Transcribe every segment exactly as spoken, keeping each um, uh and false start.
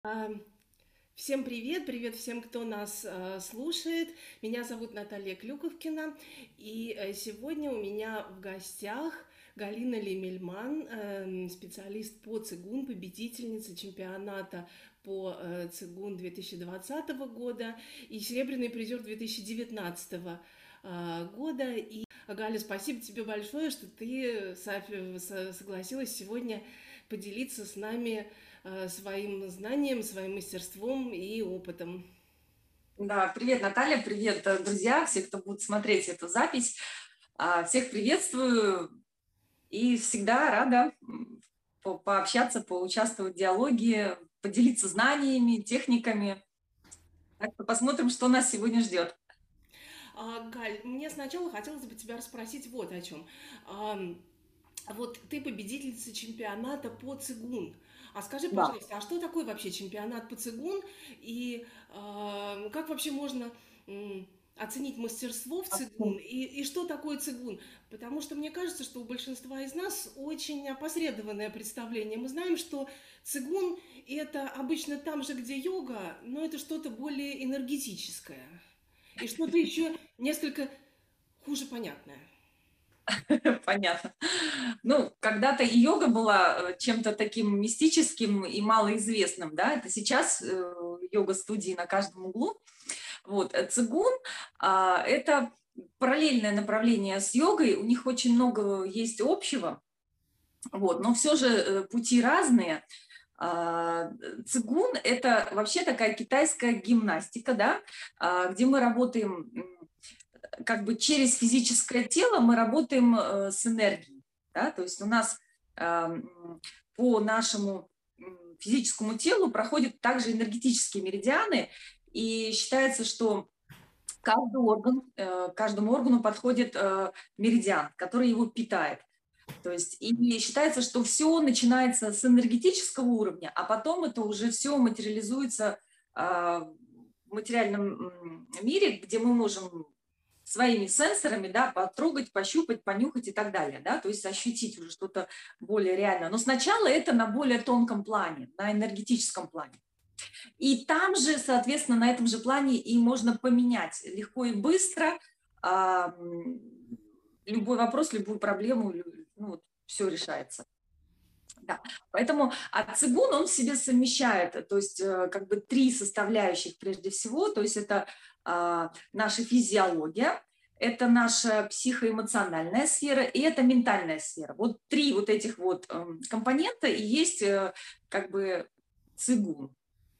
А, Всем привет, привет всем, кто нас э, слушает. Меня зовут Наталья Клюковкина, и э, сегодня у меня в гостях Галина Лемельман, эм, специалист по цигун, победительница чемпионата по э, цигун две тысячи двадцатого года и серебряный призер две тысячи девятнадцатого э, года. И, Галя, спасибо тебе большое, что ты со- со- согласилась сегодня поделиться с нами э, своим знанием, своим мастерством и опытом. Да, привет, Наталья, привет, э, друзья, все, кто будет смотреть эту запись. А, Всех приветствую и всегда рада м, по- пообщаться, поучаствовать в диалоге, поделиться знаниями, техниками. Так что посмотрим, что нас сегодня ждет. А, Галь, мне сначала хотелось бы тебя расспросить вот о чем. А, вот ты победительница чемпионата по цигун. А скажи, Да. пожалуйста, а что такое вообще чемпионат по цигун? И а, как вообще можно м, оценить мастерство в цигун? И, и что такое цигун? Потому что мне кажется, что у большинства из нас очень опосредованное представление. Мы знаем, что цигун это обычно там же, где йога, но это что-то более энергетическое. И что-то еще несколько хуже понятное. Понятно. Ну, когда-то и йога была э, чем-то таким мистическим и малоизвестным, да, это сейчас э, йога-студии на каждом углу. Вот, э, цигун а, это параллельное направление с йогой, у них очень много есть общего, вот, но все же э, пути разные. А, Цигун – это вообще такая китайская гимнастика, да, а, где мы работаем как бы через физическое тело, мы работаем э, с энергией, да, то есть у нас э, по нашему физическому телу проходят также энергетические меридианы, и считается, что каждый орган, э, каждому органу подходит э, меридиан, который его питает. То есть и считается, что все начинается с энергетического уровня, а потом это уже все материализуется а, в материальном мире, где мы можем своими сенсорами, да, потрогать, пощупать, понюхать и так далее, да, то есть ощутить уже что-то более реальное. Но сначала это на более тонком плане, на энергетическом плане. И там же, соответственно, на этом же плане и можно поменять легко и быстро а, любой вопрос, любую проблему, ну, вот, все решается. Да. Поэтому а цигун, он в себе совмещает, то есть э, как бы три составляющих прежде всего, то есть это а, наша физиология, это наша психоэмоциональная сфера и это ментальная сфера. Вот три вот этих вот э, компонента и есть э, как бы цигун.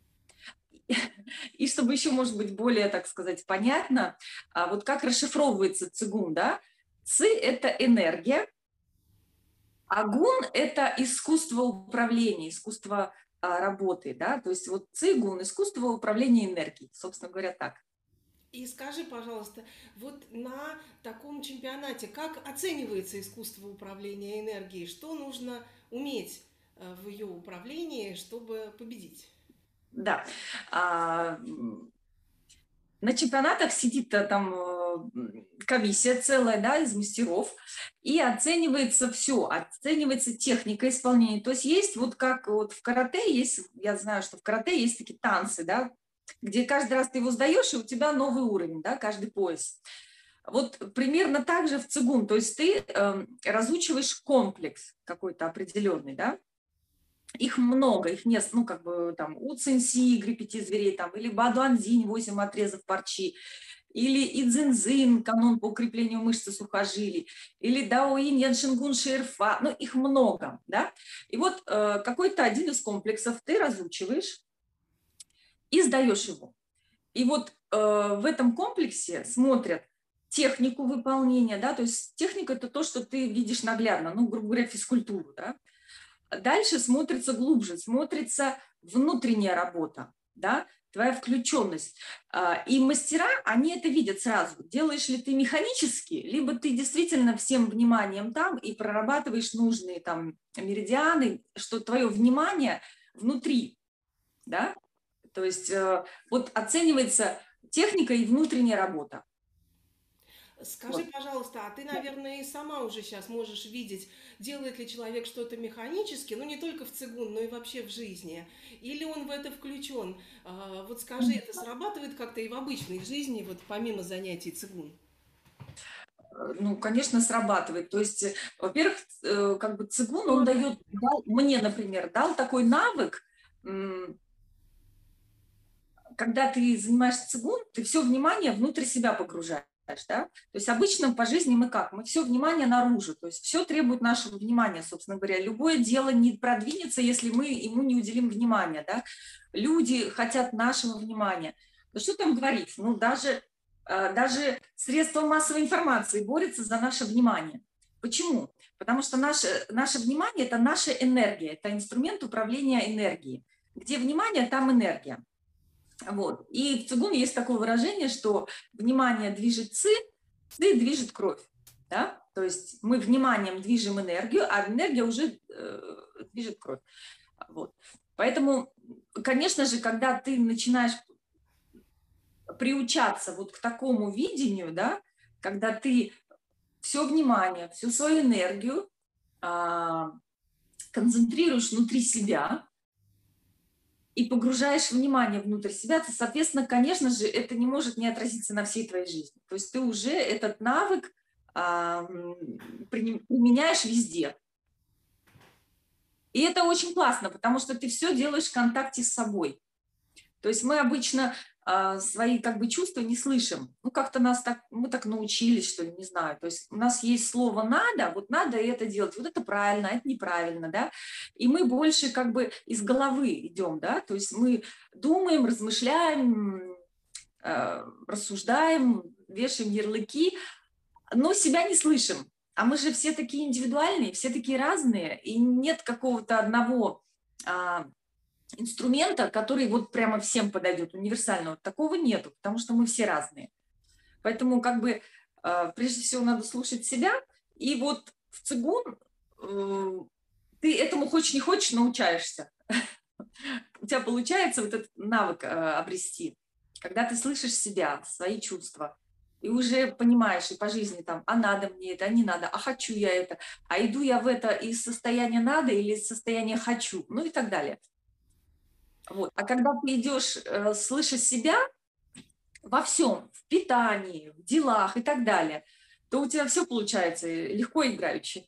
И чтобы еще, может быть, более, так сказать, понятно, а, вот как расшифровывается цигун, да? Ци – это энергия, а гун – это искусство управления, искусство а, работы, да? То есть вот цигун – искусство управления энергией, собственно говоря, так. И скажи, пожалуйста, вот на таком чемпионате как оценивается искусство управления энергией? Что нужно уметь э, в ее управлении, чтобы победить? Да. А, на чемпионатах сидит а, там э, комиссия целая, да, из мастеров, и оценивается все, оценивается техника исполнения. То есть есть вот как вот в карате есть, я знаю, что в карате есть такие танцы, да, где каждый раз ты его сдаешь, и у тебя новый уровень, да, каждый пояс. Вот примерно так же в цигун, то есть ты э, разучиваешь комплекс какой-то определенный, да, их много, их нет, ну, как бы там у Цинси, игры пяти зверей, там, или Бадуанзинь, восемь отрезов парчи, или Идзинзин, канон по укреплению мышцы сухожилий, или Даоин, Яншингун, Шерфа, ну, их много, да. И вот э, какой-то один из комплексов ты разучиваешь и сдаешь его. И вот э, в этом комплексе смотрят технику выполнения, да, то есть техника – это то, что ты видишь наглядно, ну, грубо говоря, физкультуру, да. Дальше смотрится глубже, смотрится внутренняя работа, да, твоя включенность. А, И мастера, они это видят сразу. Делаешь ли ты механически, либо ты действительно всем вниманием там и прорабатываешь нужные там меридианы, что твое внимание внутри, да. То есть э, вот оценивается техника и внутренняя работа. Скажи, Вот. пожалуйста, а ты, наверное, и сама уже сейчас можешь видеть, делает ли человек что-то механически, ну не только в цигун, но и вообще в жизни, или он в это включен? А, вот скажи, это срабатывает как-то и в обычной жизни, вот помимо занятий цигун? Э, Ну, конечно, срабатывает. То есть, э, во-первых, э, как бы цигун, он дает, дал- мне, например, дал такой навык, м, когда ты занимаешься цигун, ты все внимание внутрь себя погружаешь, да? То есть обычно по жизни мы как? Мы все внимание наружу, то есть все требует нашего внимания, собственно говоря. Любое дело не продвинется, если мы ему не уделим внимания, да? Люди хотят нашего внимания. Да что там говорить? Ну, даже, э, даже средства массовой информации борются за наше внимание. Почему? Потому что наше, наше внимание – это наша энергия, это инструмент управления энергией. Где внимание, там энергия. Вот. И в цигуне есть такое выражение, что внимание движет ци, ци движет кровь. Да? То есть мы вниманием движем энергию, а энергия уже э, движет кровь. Вот. Поэтому, конечно же, когда ты начинаешь приучаться вот к такому видению, да, когда ты все внимание, всю свою энергию а, концентрируешь внутри себя, и погружаешь внимание внутрь себя, то, соответственно, конечно же, это не может не отразиться на всей твоей жизни. То есть ты уже этот навык а, применяешь везде. И это очень классно, потому что ты все делаешь в контакте с собой. То есть мы обычно а, свои как бы чувства не слышим. Ну, как-то нас так, мы так научились, что ли, не знаю. То есть у нас есть слово «надо», вот надо это делать, вот это правильно, а это неправильно, да. И мы больше как бы из головы идем, да, то есть мы думаем, размышляем, э, рассуждаем, вешаем ярлыки, но себя не слышим. А мы же все такие индивидуальные, все такие разные, и нет какого-то одного а, инструмента, который вот прямо всем подойдет, универсального. Такого нету, потому что мы все разные. Поэтому как бы э, прежде всего надо слушать себя. И вот в цигун э, ты этому хочешь не хочешь, научаешься. У тебя получается вот этот навык э, обрести, когда ты слышишь себя, свои чувства, и уже понимаешь и по жизни там, а надо мне это, а не надо, а хочу я это, а иду я в это из состояния надо или из состояния хочу, ну и так далее. Вот. А когда ты идешь, э, слыша себя во всем, в питании, в делах и так далее, то у тебя все получается легко и играюще.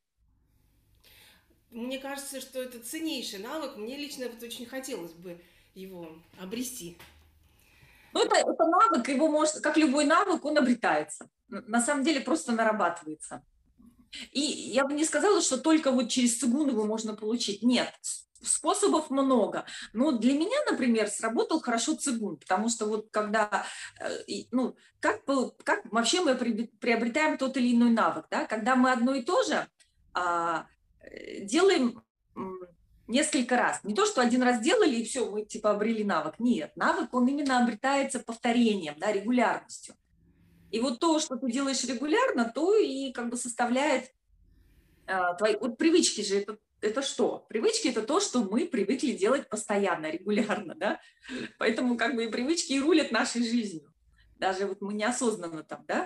Мне кажется, что это ценнейший навык, мне лично вот очень хотелось бы его обрести. Ну, это, это навык, его можно, как любой навык, он обретается. На самом деле просто нарабатывается. И я бы не сказала, что только вот через цигун его можно получить. Нет, способов много. Но для меня, например, сработал хорошо цигун, потому что вот когда, ну, как, как вообще мы приобретаем тот или иной навык, да, когда мы одно и то же а, делаем несколько раз. Не то, что один раз делали, и все, мы типа обрели навык. Нет, навык, он именно обретается повторением, да, регулярностью. И вот то, что ты делаешь регулярно, то и как бы составляет а, твои... Вот привычки же это, это что? Привычки – это то, что мы привыкли делать постоянно, регулярно, да? Поэтому как бы и привычки и рулят нашей жизнью. Даже вот мы неосознанно там, да,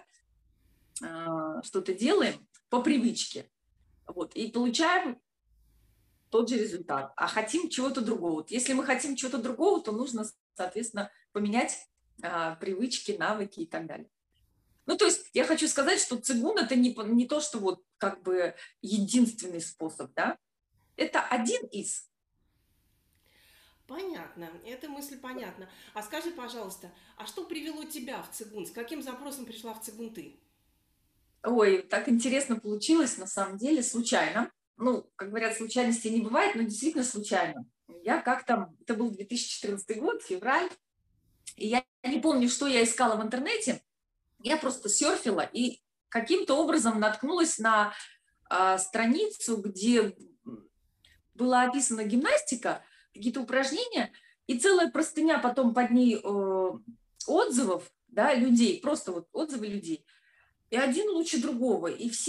а, что-то делаем по привычке. Вот, и получаем тот же результат. А хотим чего-то другого. Вот если мы хотим чего-то другого, то нужно, соответственно, поменять а, привычки, навыки и так далее. Ну, то есть я хочу сказать, что цигун – это не, не то, что вот как бы единственный способ, да? Это один из. Понятно, эта мысль понятна. А скажи, пожалуйста, а что привело тебя в цигун? С каким запросом пришла в цигун ты? Ой, так интересно получилось, на самом деле, случайно. Ну, как говорят, случайностей не бывает, но действительно случайно. Я как-то, это был две тысячи четырнадцатый год, февраль, и я не помню, что я искала в интернете, я просто серфила и каким-то образом наткнулась на а, страницу, где была описана гимнастика, какие-то упражнения, и целая простыня потом под ней э, отзывов, да, людей, просто вот отзывы людей. И один лучше другого. И всем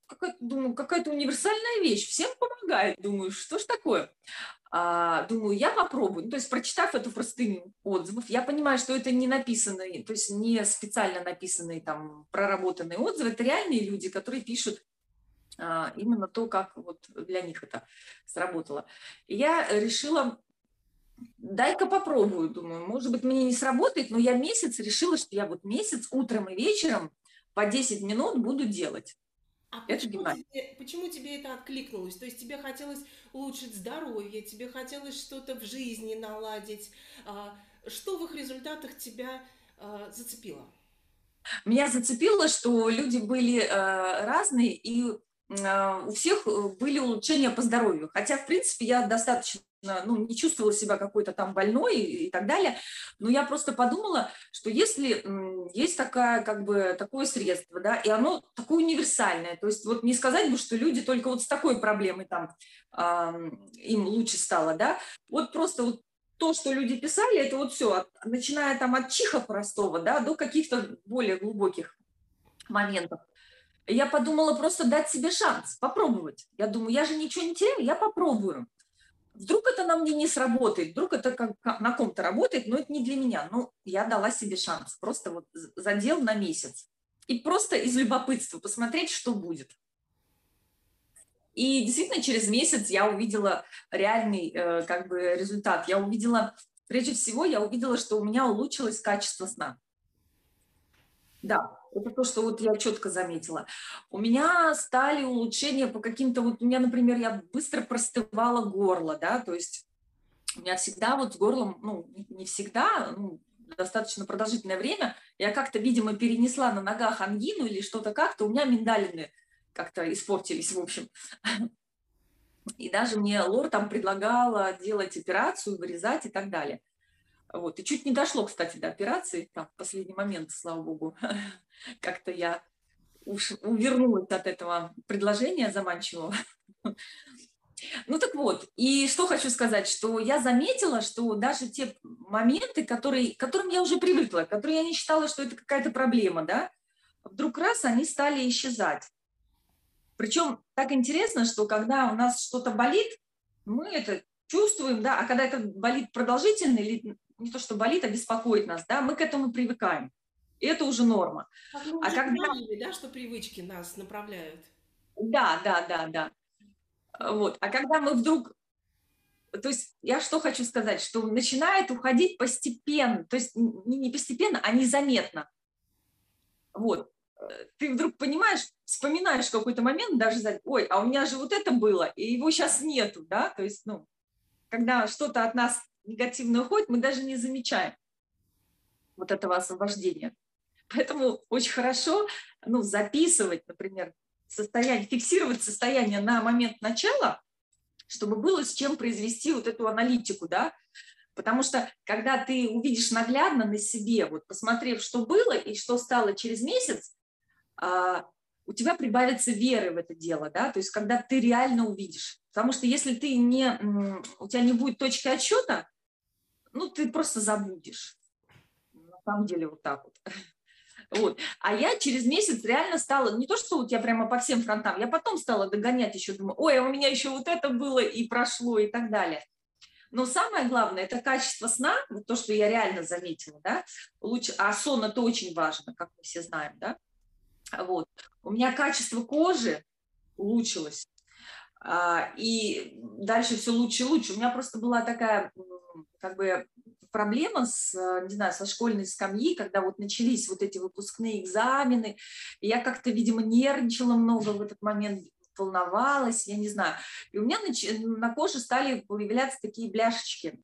какая-то, думаю, какая-то универсальная вещь, всем помогает. Думаю, что ж такое? А, думаю, я попробую. Ну, то есть, прочитав эту простыню отзывов, я понимаю, что это не написанные, то есть не специально написанные, там, проработанные отзывы, это реальные люди, которые пишут а, именно то, как вот для них это сработало. И я решила, дай-ка попробую, думаю, может быть, мне не сработает, но я месяц решила, что я вот месяц утром и вечером по десять минут буду делать. А Это почему гимнастика. тебе, почему тебе это откликнулось? То есть тебе хотелось улучшить здоровье, тебе хотелось что-то в жизни наладить. А, Что в их результатах тебя а, зацепило? Меня зацепило, что люди были э, разные, и э, у всех э, были улучшения по здоровью. Хотя, в принципе, я достаточно, ну, не чувствовала себя какой-то там больной и, и так далее. Но я просто подумала, что если м, есть такая, как бы, такое средство, да, и оно такое универсальное, то есть вот не сказать бы, что люди только вот с такой проблемой там э, им лучше стало, да, вот просто вот то, что люди писали, это вот все, начиная там от чиха простого, да, до каких-то более глубоких моментов. Я подумала просто дать себе шанс, попробовать. Я думаю, я же ничего не теряю, я попробую. Вдруг это на мне не сработает, вдруг это как, как на ком-то работает, но это не для меня. Ну, я дала себе шанс, просто вот задел на месяц. И просто из любопытства посмотреть, что будет. И действительно, через месяц я увидела реальный э, как бы результат. Я увидела, прежде всего, я увидела, что у меня улучшилось качество сна. Да, это то, что вот я четко заметила. У меня стали улучшения по каким-то, вот у меня, например, я быстро простывала горло, да, то есть у меня всегда вот с горлом, ну, не всегда, ну, достаточно продолжительное время, я как-то, видимо, перенесла на ногах ангину или что-то как-то, у меня миндалины как-то испортились, в общем. И даже мне лор там предлагала делать операцию, вырезать и так далее. Вот. И чуть не дошло, кстати, до операции, там, в последний момент, слава богу, как-то я уж увернулась от этого предложения заманчивого. Ну так вот, и что хочу сказать, что я заметила, что даже те моменты, которые, к которым я уже привыкла, которые я не считала, что это какая-то проблема, да, вдруг раз они стали исчезать. Причем так интересно, что когда у нас что-то болит, мы это чувствуем, да, а когда это болит продолжительно, или не то, что болит, а беспокоит нас, да, мы к этому привыкаем. И это уже норма. Как мы А уже когда... говорили, да, что привычки нас направляют. Да, да, да, да. Вот. А когда мы вдруг... То есть я что хочу сказать, что начинает уходить постепенно, то есть не, не постепенно, а незаметно. Вот. Ты вдруг понимаешь, вспоминаешь в какой-то момент даже, ой, а у меня же вот это было, и его сейчас нету, да, то есть, ну, когда что-то от нас негативно уходит, мы даже не замечаем вот этого освобождения. Поэтому очень хорошо, ну, записывать, например, состояние, фиксировать состояние на момент начала, чтобы было с чем произвести вот эту аналитику, да, потому что когда ты увидишь наглядно на себе, вот посмотрев, что было и что стало через месяц, у тебя прибавится веры в это дело, да, то есть когда ты реально увидишь. Потому что если ты не, у тебя не будет точки отсчета, ну, ты просто забудешь. На самом деле вот так вот. Вот. А я через месяц реально стала, не то, что вот я прямо по всем фронтам, я потом стала догонять еще, думаю, ой, а у меня еще вот это было и прошло и так далее. Но самое главное, это качество сна, вот то, что я реально заметила, да, лучше, а сон это очень важно, как мы все знаем, да. Вот. У меня качество кожи улучшилось, и дальше все лучше и лучше. У меня просто была такая, как бы, проблема с, не знаю, со школьной скамьи, когда вот начались вот эти выпускные экзамены, и я как-то, видимо, нервничала много в этот момент, волновалась, я не знаю. И у меня на коже стали появляться такие бляшечки.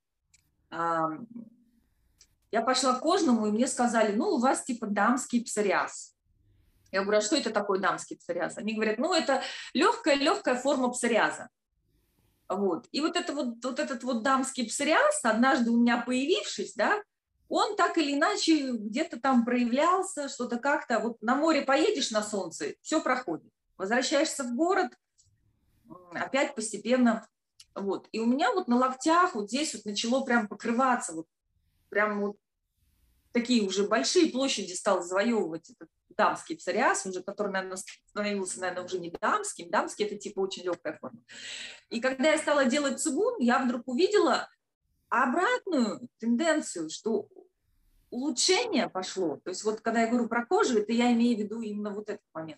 Я пошла к кожному, и мне сказали, ну, у вас типа дамский псориаз. Я говорю, а что это такое дамский псориаз? Они говорят, ну, это легкая-легкая форма псориаза. Вот. И вот, это вот, вот этот вот дамский псориаз, однажды у меня появившись, да, он так или иначе где-то там проявлялся, что-то как-то. Вот на море поедешь на солнце, все проходит. Возвращаешься в город, опять постепенно. Вот. И у меня вот на локтях вот здесь вот начало прям покрываться, вот прям вот такие уже большие площади стал завоевывать этот дамский псориаз, уже, который, наверное, становился, наверное, уже не дамским. Дамский – это типа очень легкая форма. И когда я стала делать цигун, я вдруг увидела обратную тенденцию, что улучшение пошло. То есть вот когда я говорю про кожу, это я имею в виду именно вот этот момент.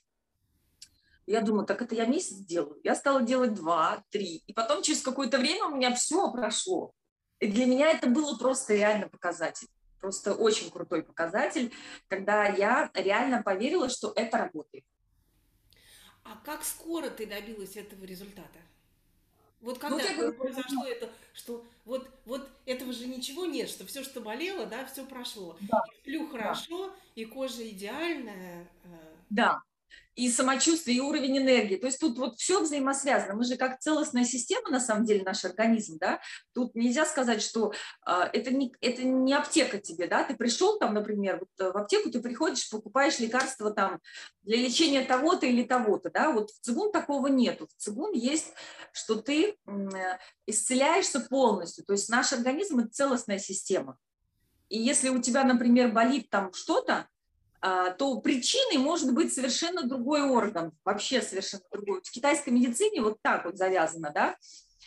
Я думаю, так это я месяц делаю. Я стала делать два, три. И потом через какое-то время у меня все прошло. И для меня это было просто реально показатель. Просто очень крутой показатель, когда я реально поверила, что это работает. А как скоро ты добилась этого результата? Вот Ну, когда я говорю, произошло это, что вот, вот этого же ничего нет, что все, что болело, да, все прошло. да, И сплю да, хорошо, и кожа идеальная. э, да. И самочувствие, и уровень энергии. То есть тут вот все взаимосвязано. Мы же как целостная система, на самом деле, наш организм, да. Тут нельзя сказать, что э, это, не, это не аптека тебе, да. Ты пришел там, например, вот, э, в аптеку ты приходишь, покупаешь лекарства там для лечения того-то или того-то, да. Вот в цигун такого нету. В цигун есть, что ты э, исцеляешься полностью. То есть наш организм – это целостная система. И если у тебя, например, болит там что-то, то причиной может быть совершенно другой орган, вообще совершенно другой. В китайской медицине вот так вот завязано, да.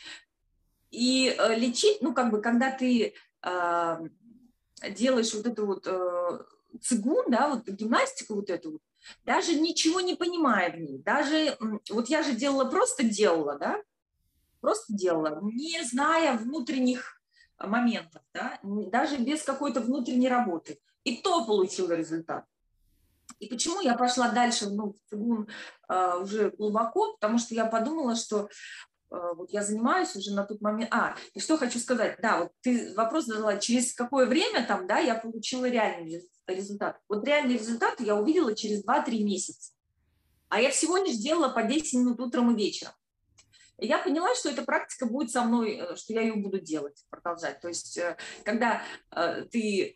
И лечить, ну, как бы, когда ты э, делаешь вот эту вот э, цигун, да, вот гимнастику вот эту вот, даже ничего не понимая в ней, даже, вот я же делала, просто делала, да, просто делала, не зная внутренних моментов, да, даже без какой-то внутренней работы. И то получила результат. И почему я пошла дальше, ну, в цигун э, уже глубоко, потому что я подумала, что э, вот я занимаюсь уже на тот момент. А, и что хочу сказать, да, вот ты вопрос задала, через какое время там, да, я получила реальный результат. Вот реальный результат я увидела через два-три месяца. А я всего лишь делала по десять минут утром и вечером. И я поняла, что эта практика будет со мной, что я ее буду делать, продолжать. То есть, э, когда э, ты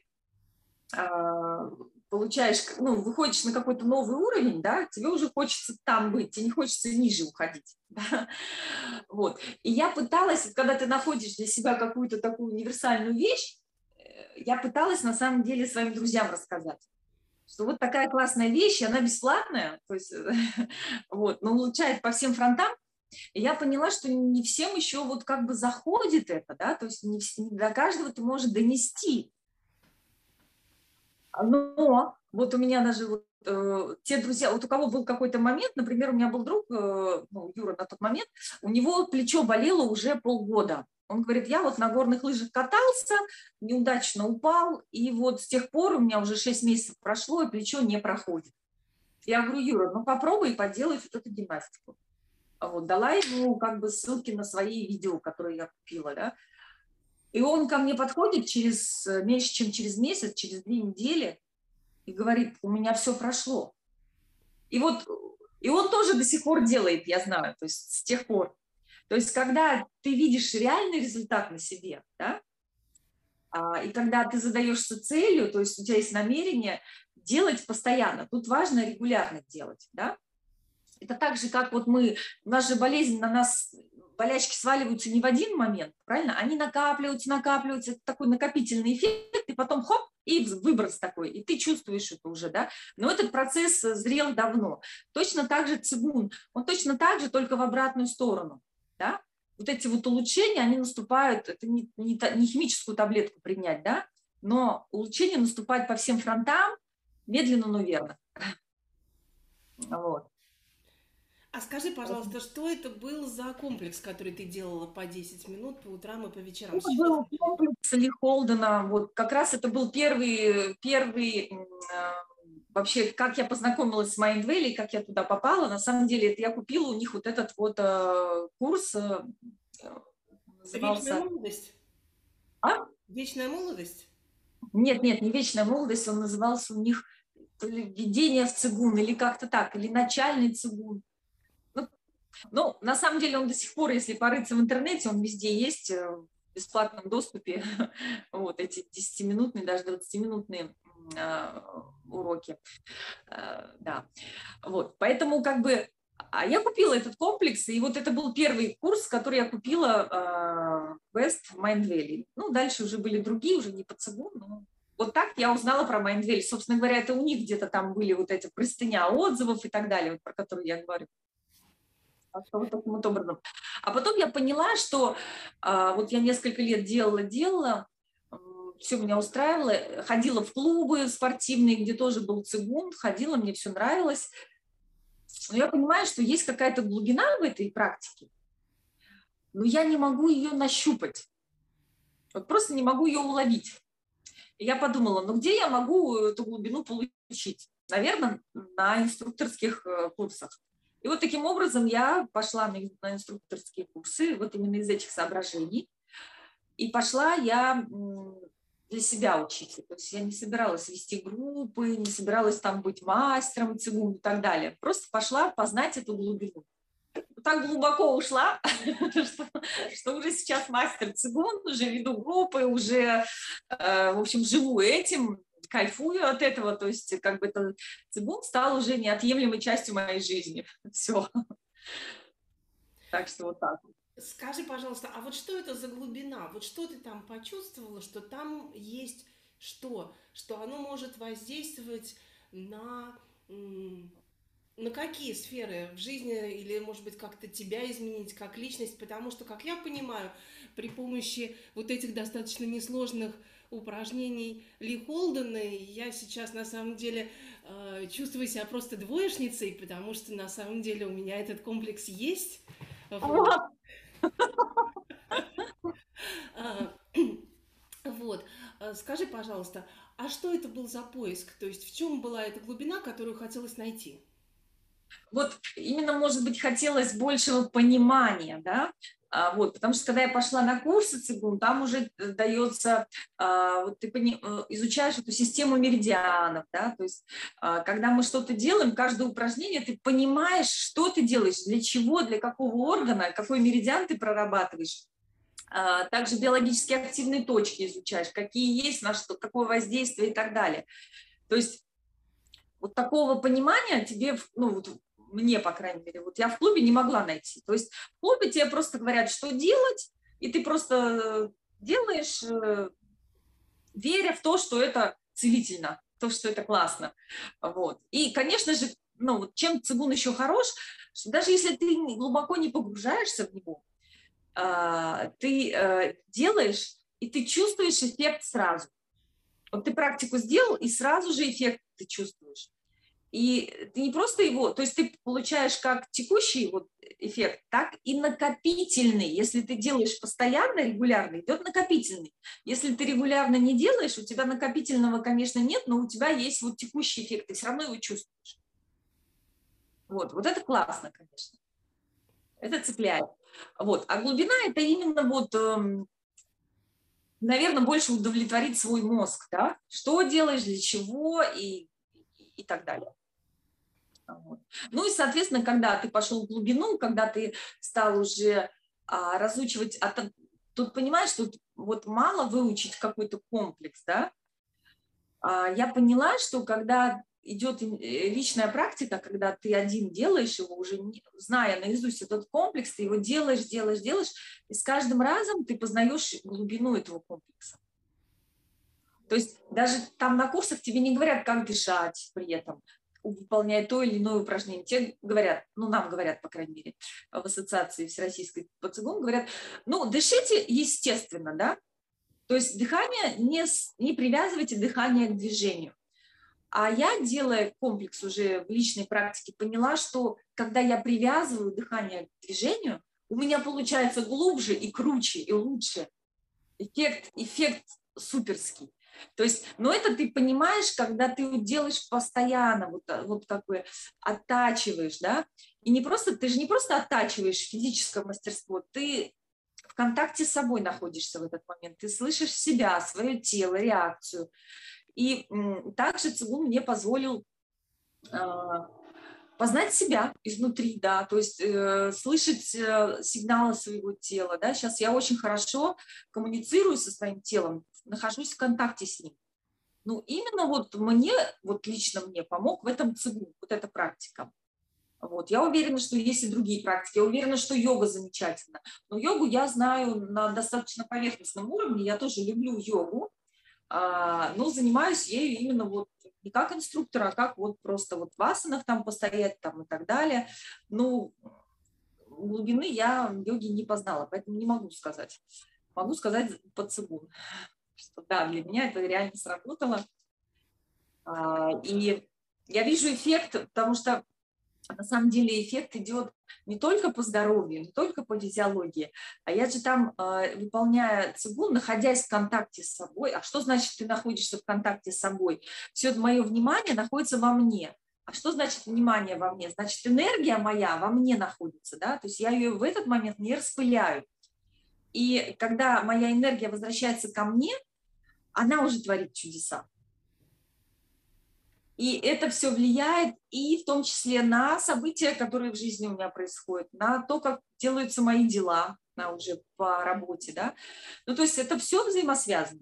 э, получаешь, ну, выходишь на какой-то новый уровень, да, тебе уже хочется там быть, тебе не хочется ниже уходить. Да? Вот. И я пыталась, когда ты находишь для себя какую-то такую универсальную вещь, я пыталась на самом деле своим друзьям рассказать, что вот такая классная вещь, и она бесплатная, то есть, вот, но улучшает по всем фронтам. И я поняла, что не всем еще вот как бы заходит это, да, то есть не, не до каждого ты можешь донести. Но вот у меня даже вот, э, те друзья, вот у кого был какой-то момент, например, у меня был друг, э, ну, Юра на тот момент, у него плечо болело уже полгода. Он говорит, я вот на горных лыжах катался, неудачно упал, и вот с тех пор у меня уже шесть месяцев прошло, и плечо не проходит. Я говорю, Юра, ну попробуй поделай вот эту гимнастику. Вот, дала ему как бы ссылки на свои видео, которые я купила, да. И он ко мне подходит через меньше, чем через месяц, через две недели, и говорит, у меня все прошло. И вот, и он тоже до сих пор делает, я знаю, то есть с тех пор. То есть когда ты видишь реальный результат на себе, да, и когда ты задаешься целью, то есть у тебя есть намерение делать постоянно, тут важно регулярно делать, да. Это так же, как вот мы, у нас же болезнь, на нас болячки сваливаются не в один момент, правильно? Они накапливаются, накапливаются, это такой накопительный эффект, и потом хоп, и выброс такой, и ты чувствуешь это уже, да? Но этот процесс зрел давно. Точно так же цигун, он точно так же, только в обратную сторону, да? Вот эти вот улучшения, они наступают, это не, не, не химическую таблетку принять, да? Но улучшение наступает по всем фронтам, медленно, но верно. Вот. А скажи, пожалуйста, что это был за комплекс, который ты делала по десять минут по утрам и по вечерам? Это был комплекс Ли Холдена. Вот как раз это был первый, первый вообще, как я познакомилась с Mind Valley, как я туда попала. На самом деле, это я купила у них вот этот вот э, курс. Э, назывался... Вечная молодость? А? Вечная молодость? Нет, нет, не вечная молодость. Он назывался у них то ли введение в цигун, или как-то так, или начальный цигун. Ну, на самом деле он до сих пор, если порыться в интернете, он везде есть в бесплатном доступе. Вот эти десятиминутные, даже двадцатиминутные э, уроки. Э, да. Вот. Поэтому как бы... А я купила этот комплекс, и вот это был первый курс, который я купила э, West Mind Valley. Ну, дальше уже были другие, уже не по цигун, но Вот так я узнала про Mindvalley. Собственно говоря, это у них где-то там были вот эти простыня отзывов и так далее, вот про которые я говорю. Вот таким вот образом. А потом я поняла, что а, вот я несколько лет делала, делала, все меня устраивало, ходила в клубы спортивные, где тоже был цигун, ходила, мне все нравилось. Но я понимаю, что есть какая-то глубина в этой практике, но я не могу ее нащупать. Вот просто не могу ее уловить. И я подумала, ну где я могу эту глубину получить? Наверное, на инструкторских курсах. И вот таким образом я пошла на инструкторские курсы, вот именно из этих соображений. И пошла я для себя учиться. То есть я не собиралась вести группы, не собиралась там быть мастером цигун и так далее. Просто пошла познать эту глубину. Так глубоко ушла, что, что уже сейчас мастер цигун, уже веду группы, уже, в общем, живу этим, кайфую от этого. То есть как бы это, цигун стал уже неотъемлемой частью моей жизни. Все. Так что вот так. Скажи, пожалуйста, а вот что это за глубина? Вот что ты там почувствовала, что там есть что? Что оно может воздействовать на, на какие сферы в жизни или, может быть, как-то тебя изменить как личность? Потому что, как я понимаю, при помощи вот этих достаточно несложных упражнений Ли Холдена я сейчас на самом деле э, чувствую себя просто двоечницей, потому что на самом деле у меня этот комплекс есть. Вот. Вот. Скажи, пожалуйста, а что это был за поиск? То есть в чем была эта глубина, которую хотелось найти? Вот именно, может быть, хотелось большего понимания, да, а, вот, потому что когда я пошла на курсы цигун, там уже дается, а, вот ты пони, изучаешь эту систему меридианов, да, то есть а, когда мы что-то делаем, каждое упражнение, ты понимаешь, что ты делаешь, для чего, для какого органа, какой меридиан ты прорабатываешь. А, также биологически активные точки изучаешь, какие есть, на что, какое воздействие и так далее. То есть вот такого понимания тебе, ну, вот, мне, по крайней мере, вот я в клубе не могла найти. То есть в клубе тебе просто говорят, что делать, и ты просто делаешь, веря в то, что это целительно, то, что это классно. Вот. И, конечно же, ну, чем цигун еще хорош, что даже если ты глубоко не погружаешься в него, ты делаешь, и ты чувствуешь эффект сразу. Вот ты практику сделал, и сразу же эффект ты чувствуешь. И ты не просто его, то есть ты получаешь как текущий вот эффект, так и накопительный. Если ты делаешь постоянно, регулярно, идет накопительный. Если ты регулярно не делаешь, у тебя накопительного, конечно, нет, но у тебя есть вот текущий эффект, ты все равно его чувствуешь. Вот, вот это классно, конечно. Это цепляет. Вот. А глубина – это именно вот, эм, наверное, больше удовлетворить свой мозг, да? Что делаешь, для чего и, и так далее. Вот. Ну и, соответственно, когда ты пошел в глубину, когда ты стал уже а, разучивать, а, тут понимаешь, что вот мало выучить какой-то комплекс, да? А, я поняла, что когда идет личная практика, когда ты один делаешь его, уже не, зная наизусть этот комплекс, ты его делаешь, делаешь, делаешь, и с каждым разом ты познаешь глубину этого комплекса. То есть даже там на курсах тебе не говорят, как дышать при этом, выполняя то или иное упражнение. Тебе говорят, ну нам говорят, по крайней мере, в ассоциации всероссийской по цигун, говорят, ну дышите естественно, да, то есть дыхание, не, не привязывайте дыхание к движению. А я, делая комплекс уже в личной практике, поняла, что когда я привязываю дыхание к движению, у меня получается глубже и круче, и лучше. Эффект, эффект суперский. То есть, но это ты понимаешь, когда ты делаешь постоянно, вот, вот как бы оттачиваешь, да, и не просто, ты же не просто оттачиваешь физическое мастерство, ты в контакте с собой находишься в этот момент, ты слышишь себя, свое тело, реакцию. И также цигун мне позволил э, познать себя изнутри, да, то есть э, слышать э, сигналы своего тела, да. Сейчас я очень хорошо коммуницирую со своим телом, нахожусь в контакте с ним. Ну, именно вот мне, вот лично мне помог в этом цигун, вот эта практика. Вот. Я уверена, что есть и другие практики, я уверена, что йога замечательна. Но йогу я знаю на достаточно поверхностном уровне, я тоже люблю йогу, а, но занимаюсь ею именно вот не как инструктор, а как вот просто вот в асанах там постоять там и так далее. Ну, глубины я йоги не познала, поэтому не могу сказать. Могу сказать по цигун, что да, для меня это реально сработало. А, и я вижу эффект, потому что на самом деле эффект идет не только по здоровью, не только по физиологии, а я же там, э, выполняя цигун, находясь в контакте с собой, а что значит ты находишься в контакте с собой? Все мое внимание находится во мне. А что значит внимание во мне? Значит, энергия моя во мне находится, да, то есть я ее в этот момент не распыляю. И когда моя энергия возвращается ко мне, она уже творит чудеса. И это все влияет и в том числе на события, которые в жизни у меня происходят, на то, как делаются мои дела, на уже по работе, да. Ну, то есть это все взаимосвязано.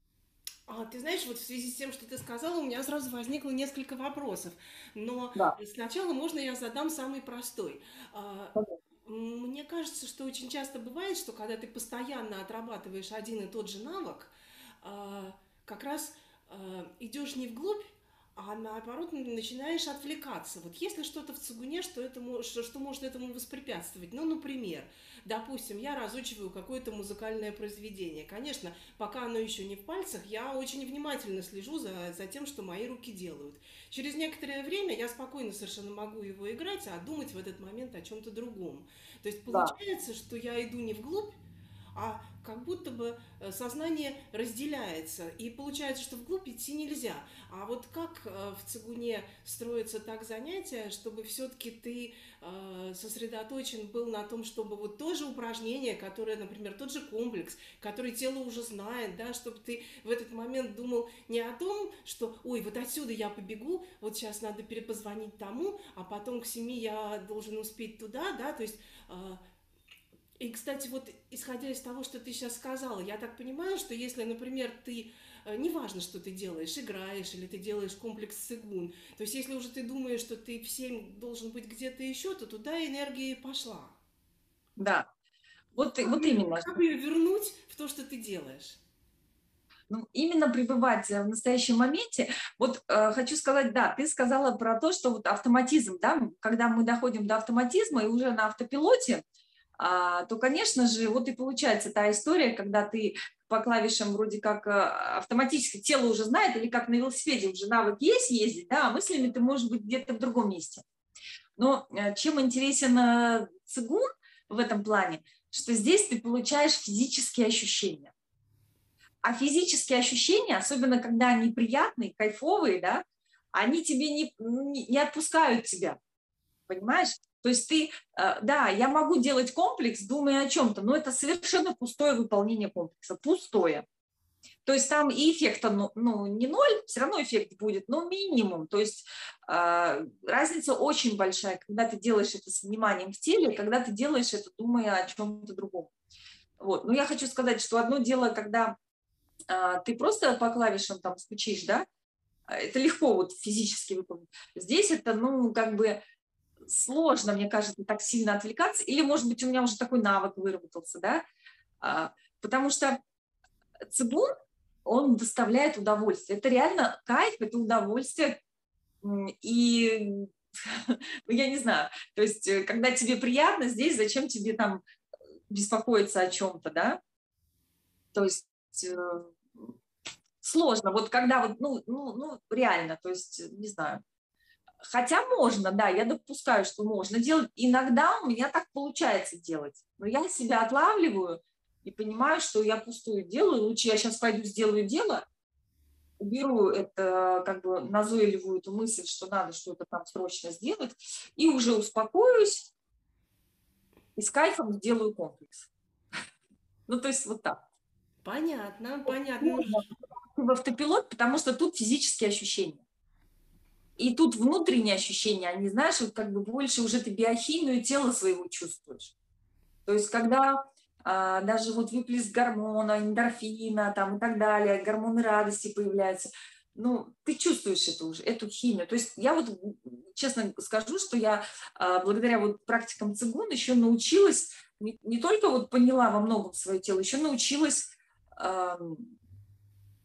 А, ты знаешь, вот в связи с тем, что ты сказала, у меня сразу возникло несколько вопросов. Но Да. сначала можно я задам самый простой. А, Понятно. Мне кажется, что очень часто бывает, что когда ты постоянно отрабатываешь один и тот же навык, а, как раз а, идешь не вглубь, а наоборот начинаешь отвлекаться. Вот если что-то в цигуне, что, это, мо- что, что может этому воспрепятствовать? Ну, например, допустим, я разучиваю какое-то музыкальное произведение. Конечно, пока оно еще не в пальцах, я очень внимательно слежу за, за тем, что мои руки делают. Через некоторое время я спокойно совершенно могу его играть, а думать в этот момент о чем-то другом. То есть Да. получается, что я иду не вглубь, а как будто бы э, сознание разделяется. И получается, что вглубь идти нельзя. А вот как э, в цигуне строится так занятие, чтобы все-таки ты э, сосредоточен был на том, чтобы вот то же упражнение, которое, например, тот же комплекс, который тело уже знает, да, чтобы ты в этот момент думал не о том, что, ой, вот отсюда я побегу, вот сейчас надо перепозвонить тому, а потом к семи я должен успеть туда, да, то есть э, и, кстати, вот исходя из того, что ты сейчас сказала, я так понимаю, что если, например, ты, э, неважно, что ты делаешь, играешь или ты делаешь комплекс цигун, то есть если уже ты думаешь, что ты в семь должен быть где-то еще, то туда энергия и пошла. Да. Вот, и- Как вот ее, именно. как ее вернуть в то, что ты делаешь? Ну, именно пребывать в настоящем моменте. Вот э, хочу сказать, да, ты сказала про то, что вот автоматизм, да, когда мы доходим до автоматизма и уже на автопилоте, а, то, конечно же, вот и получается та история, когда ты по клавишам вроде как э, автоматически тело уже знает, или как на велосипеде уже навык есть ездить, да, а мыслями ты можешь быть где-то в другом месте. Но э, чем интересен э, цигун в этом плане, что здесь ты получаешь физические ощущения. А физические ощущения, особенно когда они приятные, кайфовые, да, они тебе не, не, не отпускают тебя, понимаешь? То есть ты, э, да, я могу делать комплекс, думая о чем-то, но это совершенно пустое выполнение комплекса, пустое. То есть там и эффекта, ну, ну не ноль, все равно эффект будет, но минимум. То есть э, разница очень большая, когда ты делаешь это с вниманием в теле, и когда ты делаешь это, думая о чем-то другом. Вот. Но я хочу сказать, что одно дело, когда э, ты просто по клавишам там стучишь, да, это легко вот физически выполнить. Здесь это, ну, как бы сложно, мне кажется, так сильно отвлекаться. Или, может быть, у меня уже такой навык выработался, да, а, потому что цигун, он доставляет удовольствие. Это реально кайф, это удовольствие. И, ну, я не знаю, то есть, э, когда тебе приятно здесь, зачем тебе там беспокоиться о чем-то, да? То есть э, сложно. Вот когда вот, ну, ну, ну, реально, то есть, не знаю. Хотя можно, да, я допускаю, что можно делать. Иногда у меня так получается делать. Но я себя отлавливаю и понимаю, что я пустую делаю. Лучше я сейчас пойду сделаю дело, уберу это как бы назойливую эту мысль, что надо что-то там срочно сделать, и уже успокоюсь и с кайфом сделаю комплекс. Ну, то есть вот так. Понятно, понятно. Можно в автопилот, потому что тут физические ощущения. И тут внутренние ощущения, они, знаешь, вот как бы больше уже ты биохимию тела своего чувствуешь. То есть когда а, даже вот выплеск гормона, эндорфина там и так далее, гормоны радости появляются, ну, ты чувствуешь это уже, эту химию. То есть я вот честно скажу, что я а, благодаря вот практикам цигун еще научилась, не, не только вот поняла во многом свое тело, еще научилась а,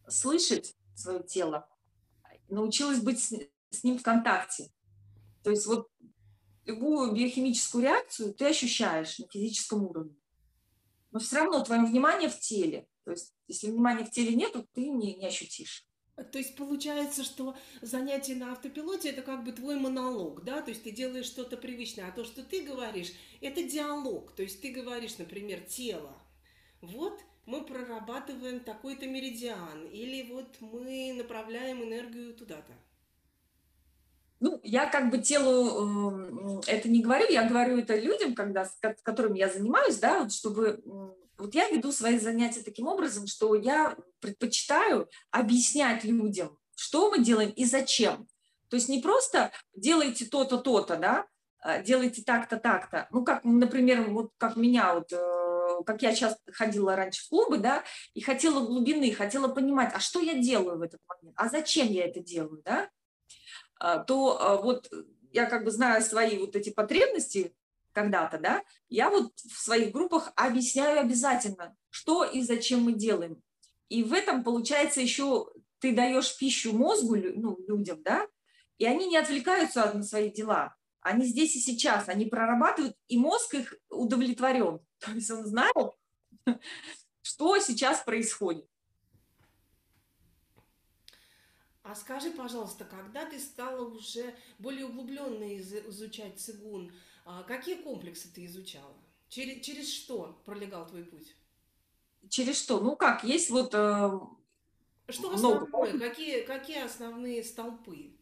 слышать свое тело, научилась быть с, с ним в контакте. То есть вот любую биохимическую реакцию ты ощущаешь на физическом уровне. Но все равно твое внимание в теле. То есть если внимания в теле нету, ты не, не ощутишь. То есть получается, что занятие на автопилоте это как бы твой монолог, да? То есть ты делаешь что-то привычное, а то, что ты говоришь, это диалог. То есть ты говоришь, например, тело. Вот мы прорабатываем такой-то меридиан, или вот мы направляем энергию туда-то. Ну, я как бы телу э, это не говорю, я говорю это людям, когда, с которыми я занимаюсь, да, вот чтобы... Вот я веду свои занятия таким образом, что я предпочитаю объяснять людям, что мы делаем и зачем. То есть не просто делайте то-то, то-то, да, делайте так-то, так-то. Ну, как, например, вот как меня, вот, э, как я часто ходила раньше в клубы, да, и хотела глубины, хотела понимать, а что я делаю в этот момент, а зачем я это делаю, да, то вот я как бы знаю свои вот эти потребности когда-то, да, я вот в своих группах объясняю обязательно, что и зачем мы делаем. И в этом, получается, еще ты даешь пищу мозгу, ну, людям, да, и они не отвлекаются на свои дела. Они здесь и сейчас, они прорабатывают, и мозг их удовлетворен. То есть он знает, что сейчас происходит. А скажи, пожалуйста, когда ты стала уже более углубленно изучать цигун, какие комплексы ты изучала? Через, через что пролегал твой путь? Через что? Ну как, есть вот э, что много. основное? Какие, какие основные столпы?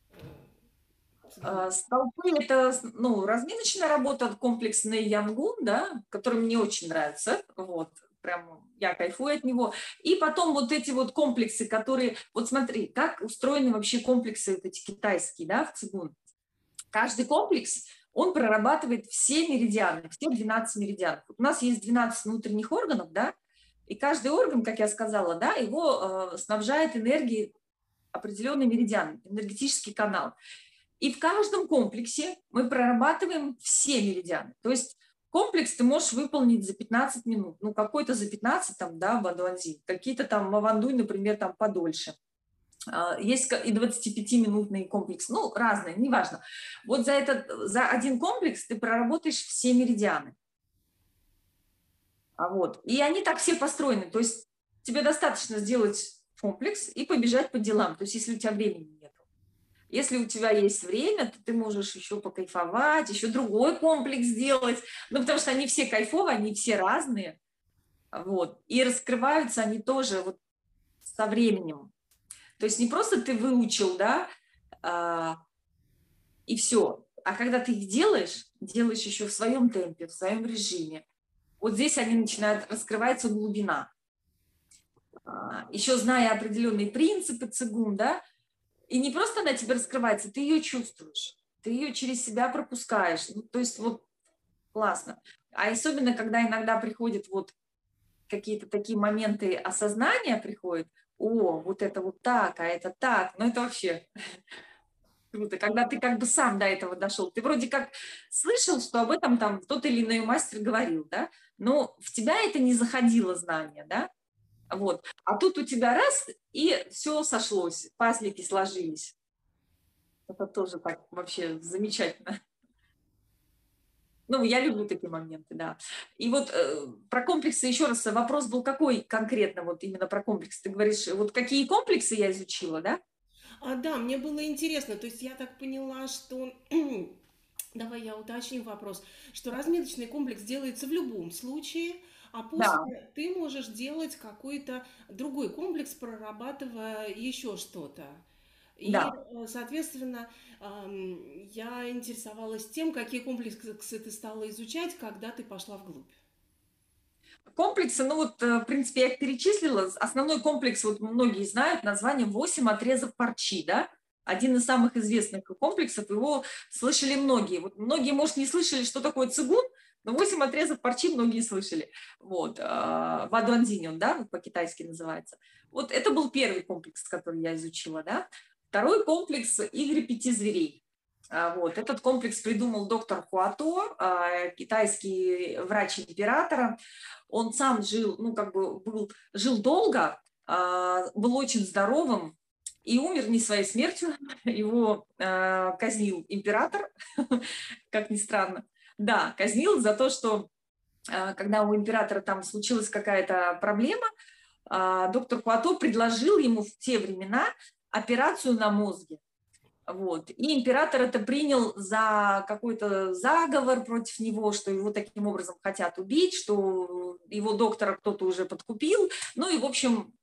Э, Столпы – это ну, разминочная работа, комплексный янгун, да, который мне очень нравится. Вот, прям я кайфую от него. И потом вот эти вот комплексы, которые… Вот смотри, как устроены вообще комплексы вот эти китайские, да, в цигун. Каждый комплекс, он прорабатывает все меридианы, все двенадцать меридианов. У нас есть двенадцать внутренних органов, да, и каждый орган, как я сказала, да, его э, снабжает энергией определенный меридиан, энергетический канал. И в каждом комплексе мы прорабатываем все меридианы. То есть комплекс ты можешь выполнить за пятнадцать минут. Ну, какой-то за пятнадцать, там, да, Бадуанзи. Какие-то там Мавандуй, например, там подольше. Есть и двадцатипятиминутный комплекс. Ну, разные, неважно. Вот за, этот, за один комплекс ты проработаешь все меридианы. Вот. И они так все построены. То есть тебе достаточно сделать комплекс и побежать по делам. То есть если у тебя времени нет. Если у тебя есть время, то ты можешь еще покайфовать, еще другой комплекс сделать. Ну, потому что они все кайфовые, они все разные. Вот. И раскрываются они тоже вот со временем. То есть не просто ты выучил, да, а, и все. А когда ты их делаешь, делаешь еще в своем темпе, в своем режиме, вот здесь они начинают, раскрывается глубина. А, еще зная определенные принципы цигун, да, и не просто она тебе раскрывается, ты ее чувствуешь, ты ее через себя пропускаешь. Ну, то есть вот классно. А особенно, когда иногда приходят вот какие-то такие моменты осознания приходят, о, вот это вот так, а это так, ну это вообще круто, когда ты как бы сам до этого дошел. Ты вроде как слышал, что об этом там тот или иной мастер говорил, да, но в тебя это не заходило знание, да, вот. А тут у тебя раз, и все сошлось, пазлики сложились. Это тоже так вообще замечательно. Ну, я люблю такие моменты, да. И вот э, про комплексы еще раз вопрос был какой конкретно, вот именно про комплексы. Ты говоришь, вот какие комплексы я изучила, да? А, да, мне было интересно. То есть я так поняла, что давай я уточню вопрос, что разметочный комплекс делается в любом случае, а Да. после ты можешь делать какой-то другой комплекс, прорабатывая еще что-то. И, Да. э, соответственно, ам, я интересовалась тем, какие комплексы ты стала изучать, когда ты пошла вглубь. Комплексы, ну вот, э, в принципе, я их перечислила. Основной комплекс, вот многие знают, название «восемь отрезов парчи», да? Один из самых известных комплексов, его слышали многие. Вот многие, может, не слышали, что такое цигун, но восемь отрезов парчи многие слышали. Вот, Бадуанзинь, да, по-китайски называется. Вот это был первый комплекс, который я изучила, да. Второй комплекс «Игры пяти зверей». Вот. Этот комплекс придумал доктор Хуато, китайский врач императора. Он сам жил, ну, как бы был, жил долго, был очень здоровым и умер не своей смертью. Его казнил император, как ни странно. Да, казнил за то, что когда у императора там случилась какая-то проблема, доктор Пуато предложил ему в те времена операцию на мозге. Вот. И император это принял за какой-то заговор против него, что его таким образом хотят убить, что его доктора кто-то уже подкупил. Ну и, в общем,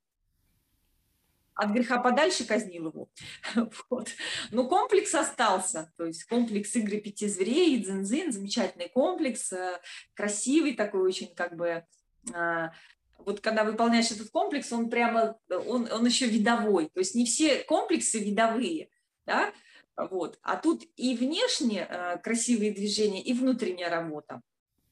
от греха подальше казнил его. Вот. Но комплекс остался. То есть комплекс «Игры пяти зверей», и дзин-дзин, замечательный комплекс, красивый такой очень как бы... Вот когда выполняешь этот комплекс, он прямо, он, он еще видовой. То есть не все комплексы видовые, да? Вот. А тут и внешне э, красивые движения, и внутренняя работа.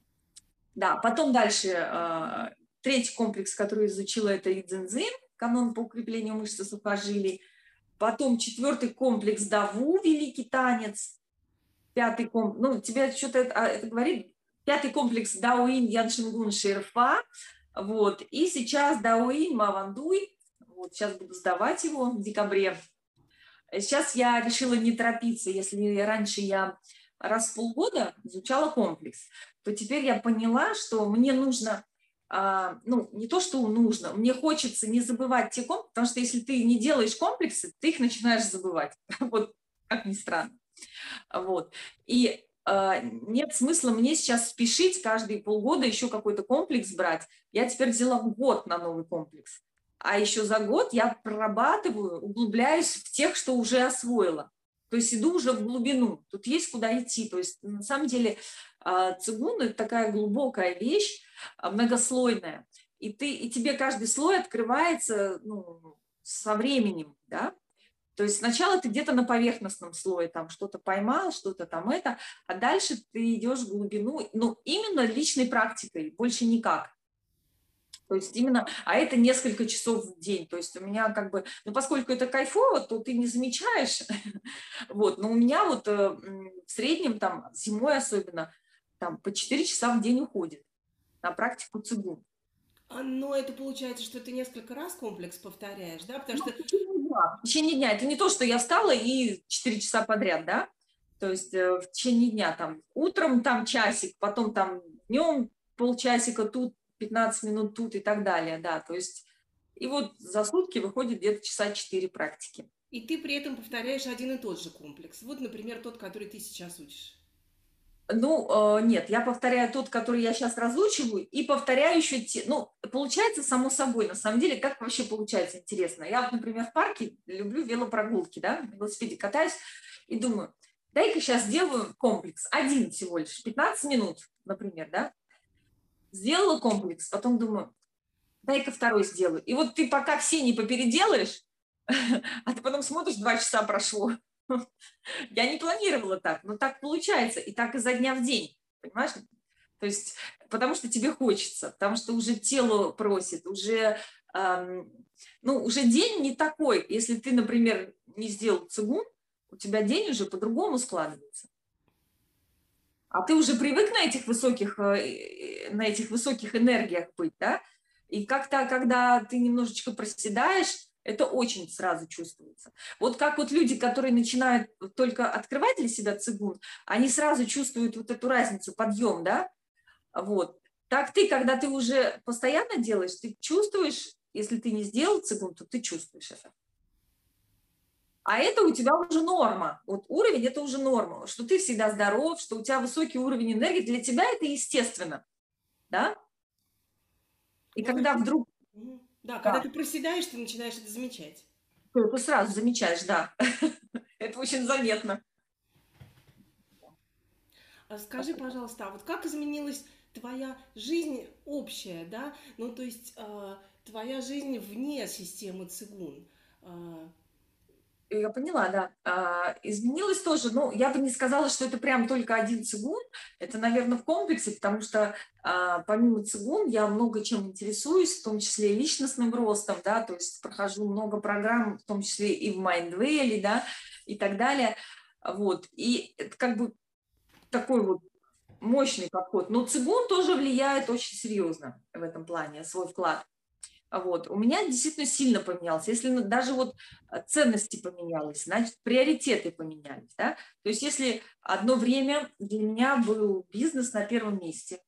Да, потом дальше э, третий комплекс, который изучила, это идзин-дзин, канон по укреплению мышц и сухожилий. Потом четвертый комплекс Даву, великий танец. Пятый комплекс, ну, тебе что-то это, это говорит? Пятый комплекс Даоин, Яншингун, Шерфа. Вот. И сейчас Даоин, Мавандуй. Вот, сейчас буду сдавать его в декабре. Сейчас я решила не торопиться. Если раньше я раз в полгода изучала комплекс, то теперь я поняла, что мне нужно, а, ну, не то, что нужно, мне хочется не забывать те комплексы, потому что если ты не делаешь комплексы, ты их начинаешь забывать. Вот, как ни странно. Вот. И а, нет смысла мне сейчас спешить каждые полгода еще какой-то комплекс брать. Я теперь взяла год на новый комплекс. А еще за год я прорабатываю, углубляюсь в тех, что уже освоила. То есть иду уже в глубину. Тут есть куда идти. То есть на самом деле цигун – это такая глубокая вещь, многослойная. И, ты, и тебе каждый слой открывается, ну, со временем, да? То есть сначала ты где-то на поверхностном слое там что-то поймал, что-то там это, а дальше ты идешь в глубину, ну, именно личной практикой, больше никак. То есть именно, а это несколько часов в день. То есть у меня как бы, ну, поскольку это кайфово, то ты не замечаешь. Вот, но у меня вот в среднем там зимой особенно там по четыре часа в день уходит на практику цигун. Но это получается, что ты несколько раз комплекс повторяешь, да? Потому что... В течение дня. В течение дня. Это не то, что я встала и четыре часа подряд, да? То есть в течение дня там утром там часик, потом там днем полчасика тут, пятнадцать минут тут и так далее, да, то есть и вот за сутки выходит где-то часа четыре практики. И ты при этом повторяешь один и тот же комплекс, вот, например, тот, который ты сейчас учишь. Ну, нет, я повторяю тот, который я сейчас разучиваю, и повторяю еще те, ну, получается само собой, на самом деле, как вообще получается, интересно. Я вот, например, в парке люблю велопрогулки, да, на велосипеде катаюсь и думаю, дай-ка сейчас сделаю комплекс, один всего лишь, пятнадцать минут, например, да. Сделала комплекс, потом думаю, дай-ка второй сделаю. И вот ты пока все не попеределаешь, а ты потом смотришь, два часа прошло. Я не планировала так, но так получается, и так изо дня в день, понимаешь? То есть, потому что тебе хочется, потому что уже тело просит, уже, эм, ну, уже день не такой. Если ты, например, не сделал цигун, у тебя день уже по-другому складывается. А ты уже привык на этих высоких, на этих высоких энергиях быть, да? И как-то, когда ты немножечко проседаешь, это очень сразу чувствуется. Вот как вот люди, которые начинают только открывать для себя цигун, они сразу чувствуют вот эту разницу, подъем, да? Вот. Так ты, когда ты уже постоянно делаешь, ты чувствуешь, если ты не сделал цигун, то ты чувствуешь это. А это у тебя уже норма. Вот уровень – это уже норма. Что ты всегда здоров, что у тебя высокий уровень энергии. Для тебя это естественно. Да? И вот когда ты... вдруг… Да, да, когда ты проседаешь, ты начинаешь это замечать. Ты сразу замечаешь, да. Это очень заметно. Скажи, пожалуйста, а вот как изменилась твоя жизнь общая, да? Ну, то есть твоя жизнь вне системы цигун? Я поняла, да. А, изменилось тоже, ну, я бы не сказала, что это прям только один цигун, это, наверное, в комплексе, потому что а, помимо цигун я много чем интересуюсь, в том числе и личностным ростом, да, то есть прохожу много программ, в том числе и в Майндвелле, да, и так далее, вот, и это как бы такой вот мощный подход, но цигун тоже влияет очень серьезно в этом плане, свой вклад. Вот. У меня действительно сильно поменялось. Если ну, даже вот э, ценности поменялись, значит, приоритеты поменялись. Да? То есть если одно время для меня был бизнес на первом месте,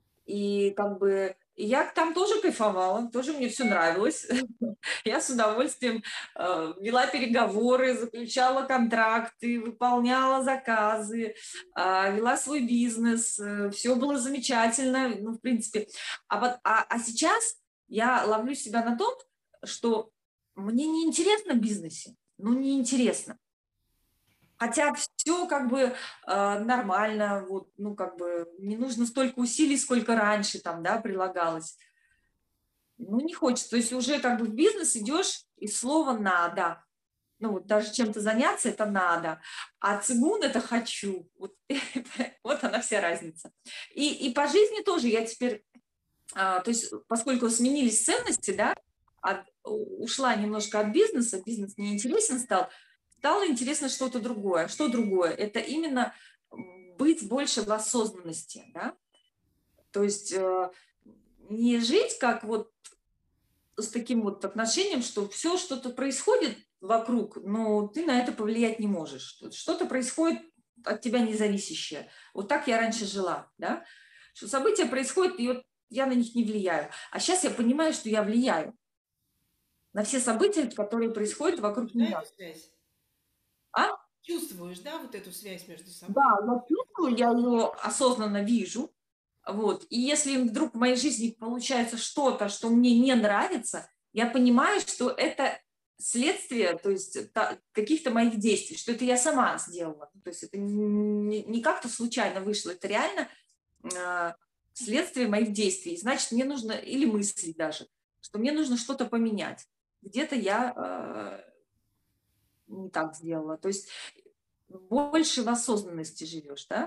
и как бы и я там тоже кайфовала, тоже мне все нравилось. Я с удовольствием э, вела переговоры, заключала контракты, выполняла заказы, э, вела свой бизнес, все было замечательно, ну, в принципе. А, вот, а, а сейчас я ловлю себя на том, что мне неинтересно в бизнесе, ну, неинтересно. Хотя все как бы э, нормально, вот, ну, как бы не нужно столько усилий, сколько раньше там, да, прилагалось. Ну, не хочется. То есть уже как бы в бизнес идешь из слова «надо». Ну, вот даже чем-то заняться – это надо. А цигун – это хочу. Вот, вот она вся разница. И, и по жизни тоже я теперь, а, то есть поскольку сменились ценности, да, от, ушла немножко от бизнеса, бизнес неинтересен стал, стало интересно что-то другое. Что другое? Это именно быть больше в осознанности, да. То есть э, не жить как вот с таким вот отношением, что все что-то происходит вокруг, но ты на это повлиять не можешь. Что-то происходит от тебя независящее. Вот так я раньше жила, да? Что события происходят, и вот я на них не влияю. А сейчас я понимаю, что я влияю на все события, которые происходят вокруг Да, меня. эту связь? А? Чувствуешь, да, вот эту связь между собой? Да, я чувствую, я ее осознанно вижу. Вот. И если вдруг в моей жизни получается что-то, что мне не нравится, я понимаю, что это следствие, то есть та- каких-то моих действий, что это я сама сделала. То есть это не, не как-то случайно вышло, это реально э, следствие моих действий. Значит, мне нужно, или мыслей даже, что мне нужно что-то поменять. Где-то я э, не так сделала. То есть больше в осознанности живешь, да?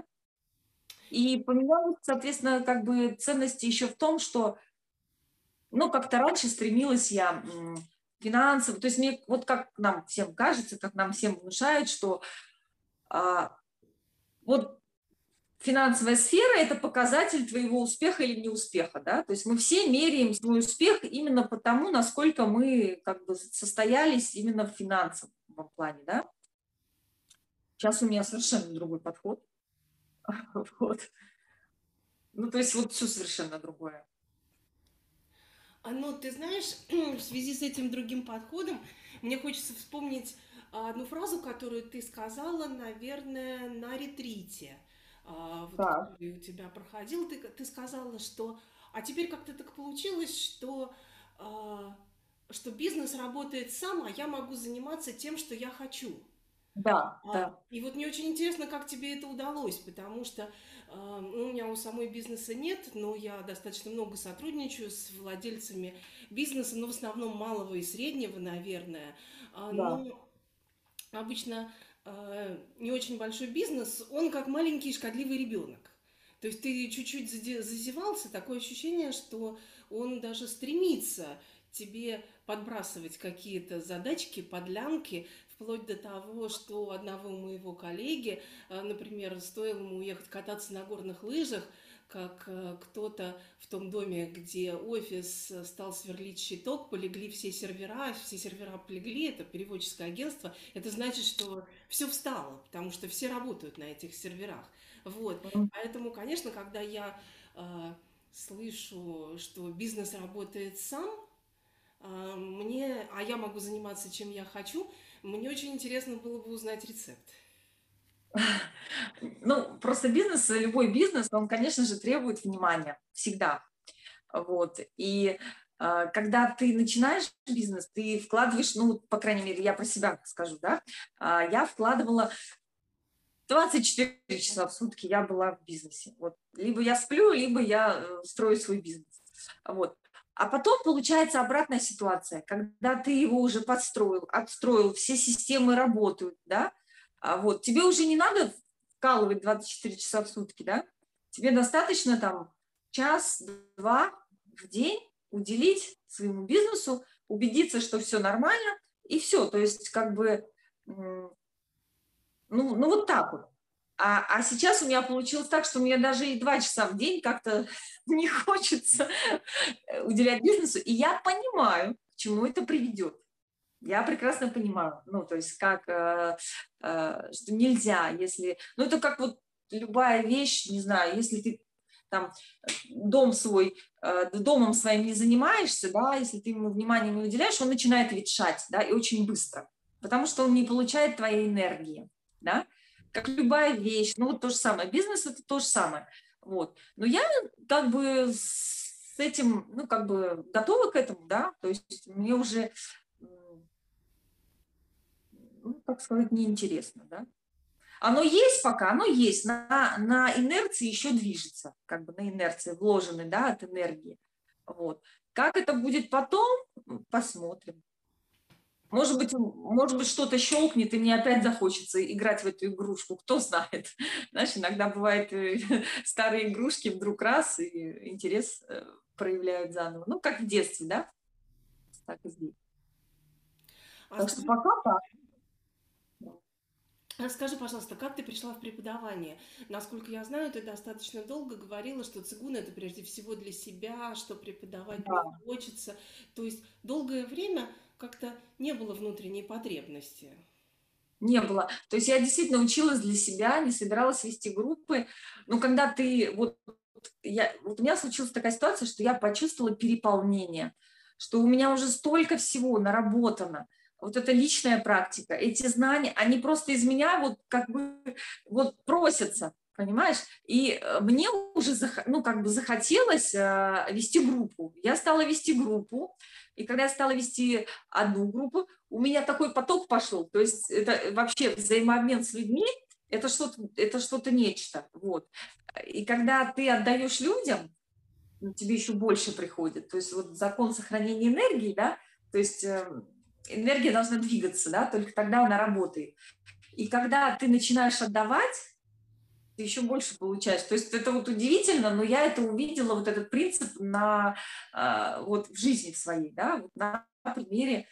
И поменялось, соответственно, как бы ценности еще в том, что, ну, как-то раньше стремилась я м, финансово, то есть мне вот как нам всем кажется, как нам всем внушают, что а, вот финансовая сфера – это показатель твоего успеха или неуспеха, да, то есть мы все меряем свой успех именно по тому, насколько мы как бы состоялись именно в финансовом плане, да. Сейчас у меня совершенно другой подход, вот. Ну, то есть вот все совершенно другое. А, ну, ты знаешь, в связи с этим другим подходом, мне хочется вспомнить а, одну фразу, которую ты сказала, наверное, на ретрите, а, вот, Так. который у тебя проходил. Ты, ты сказала, что а теперь как-то так получилось, что, а, что бизнес работает сам, а я могу заниматься тем, что я хочу. Да, А, да. и вот мне очень интересно, как тебе это удалось, потому что а, ну, у меня у самой бизнеса нет, но я достаточно много сотрудничаю с владельцами бизнеса, но в основном малого и среднего, наверное. А, Да. но обычно а, не очень большой бизнес, он как маленький шкодливый ребенок. То есть ты чуть-чуть заде- зазевался, такое ощущение, что он даже стремится тебе подбрасывать какие-то задачки, подлянки, вплоть до того, что у одного моего коллеги, а, например, стоило ему уехать кататься на горных лыжах, как э, кто-то в том доме, где офис, э, стал сверлить щиток, полегли все сервера, все сервера полегли, это переводческое агентство, это значит, что все встало, потому что все работают на этих серверах. Вот. Мгм. Поэтому, конечно, когда я э, слышу, что бизнес работает сам, а, мне, а я могу заниматься чем я хочу, мне очень интересно было бы узнать рецепт. Ну, просто бизнес, любой бизнес, он, конечно же, требует внимания всегда. Вот. И э, когда ты начинаешь бизнес, ты вкладываешь, ну, по крайней мере, я про себя скажу, да, а, я вкладывала двадцать четыре часа в сутки, я была в бизнесе. Вот. Либо я сплю, либо я э, строю свой бизнес. Вот. А потом получается обратная ситуация, когда ты его уже подстроил, отстроил, все системы работают, да, а вот, тебе уже не надо вкалывать двадцать четыре часа в сутки, да, тебе достаточно там час-два в день уделить своему бизнесу, убедиться, что все нормально, и все. То есть как бы, м, ну, ну вот так вот. А, а сейчас у меня получилось так, что мне даже и два часа в день как-то не хочется уделять бизнесу. И я понимаю, к чему это приведет. Я прекрасно понимаю, ну, то есть как, э, э, что нельзя, если... Ну, это как вот любая вещь, не знаю, если ты там дом свой, э, домом своим не занимаешься, да, если ты ему внимания не уделяешь, он начинает ветшать, да, и очень быстро, потому что он не получает твоей энергии, да, как любая вещь, ну, вот то же самое, бизнес – это то же самое, вот. Но я как бы с этим, ну, как бы готова к этому, да, то есть мне уже, ну, так сказать, неинтересно, да. Оно есть пока, оно есть, на, на инерции еще движется, как бы на инерции вложены, да, от энергии. Вот. Как это будет потом, посмотрим. Может быть, может быть, что-то щелкнет, и мне опять захочется играть в эту игрушку, кто знает. Знаешь, иногда бывает, старые игрушки вдруг раз, и интерес проявляют заново. Ну, как в детстве, да? Так и здесь. А Так что скажи, пока так. а скажи, пожалуйста, как ты пришла в преподавание? Насколько я знаю, ты достаточно долго говорила, что цигун это прежде всего для себя, что преподавать не Да. хочется. То есть долгое время как-то не было внутренней потребности. Не было. То есть я действительно училась для себя, не собиралась вести группы. Но когда ты... Вот, я, вот у меня случилась такая ситуация, что я почувствовала переполнение, что у меня уже столько всего наработано. Вот эта личная практика, эти знания, они просто из меня вот как бы вот просятся, понимаешь? И мне уже ну, как бы захотелось э, вести группу. Я стала вести группу, и когда я стала вести одну группу, у меня такой поток пошел. То есть это вообще взаимообмен с людьми, это что-то, это что-то нечто. Вот. И когда ты отдаешь людям, тебе еще больше приходит. То есть вот закон сохранения энергии, да, то есть э, энергия должна двигаться, да, только тогда она работает. И когда ты начинаешь отдавать, ты еще больше получаешь. То есть это вот удивительно, но я это увидела, вот этот принцип на, э, вот в жизни своей, да, вот на примере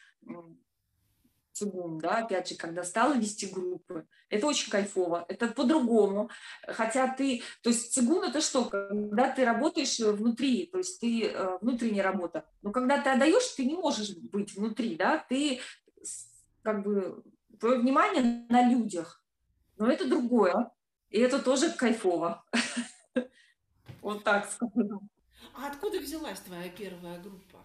цигун, да, опять же, когда стала вести группы. Это очень кайфово, это по-другому. Хотя ты, то есть цигун это что, когда ты работаешь внутри, то есть ты э, внутренняя работа. Но когда ты отдаешь, ты не можешь быть внутри, да, ты как бы, твое внимание на людях. Но это другое, и это тоже кайфово. Вот так скажу. А откуда взялась твоя первая группа?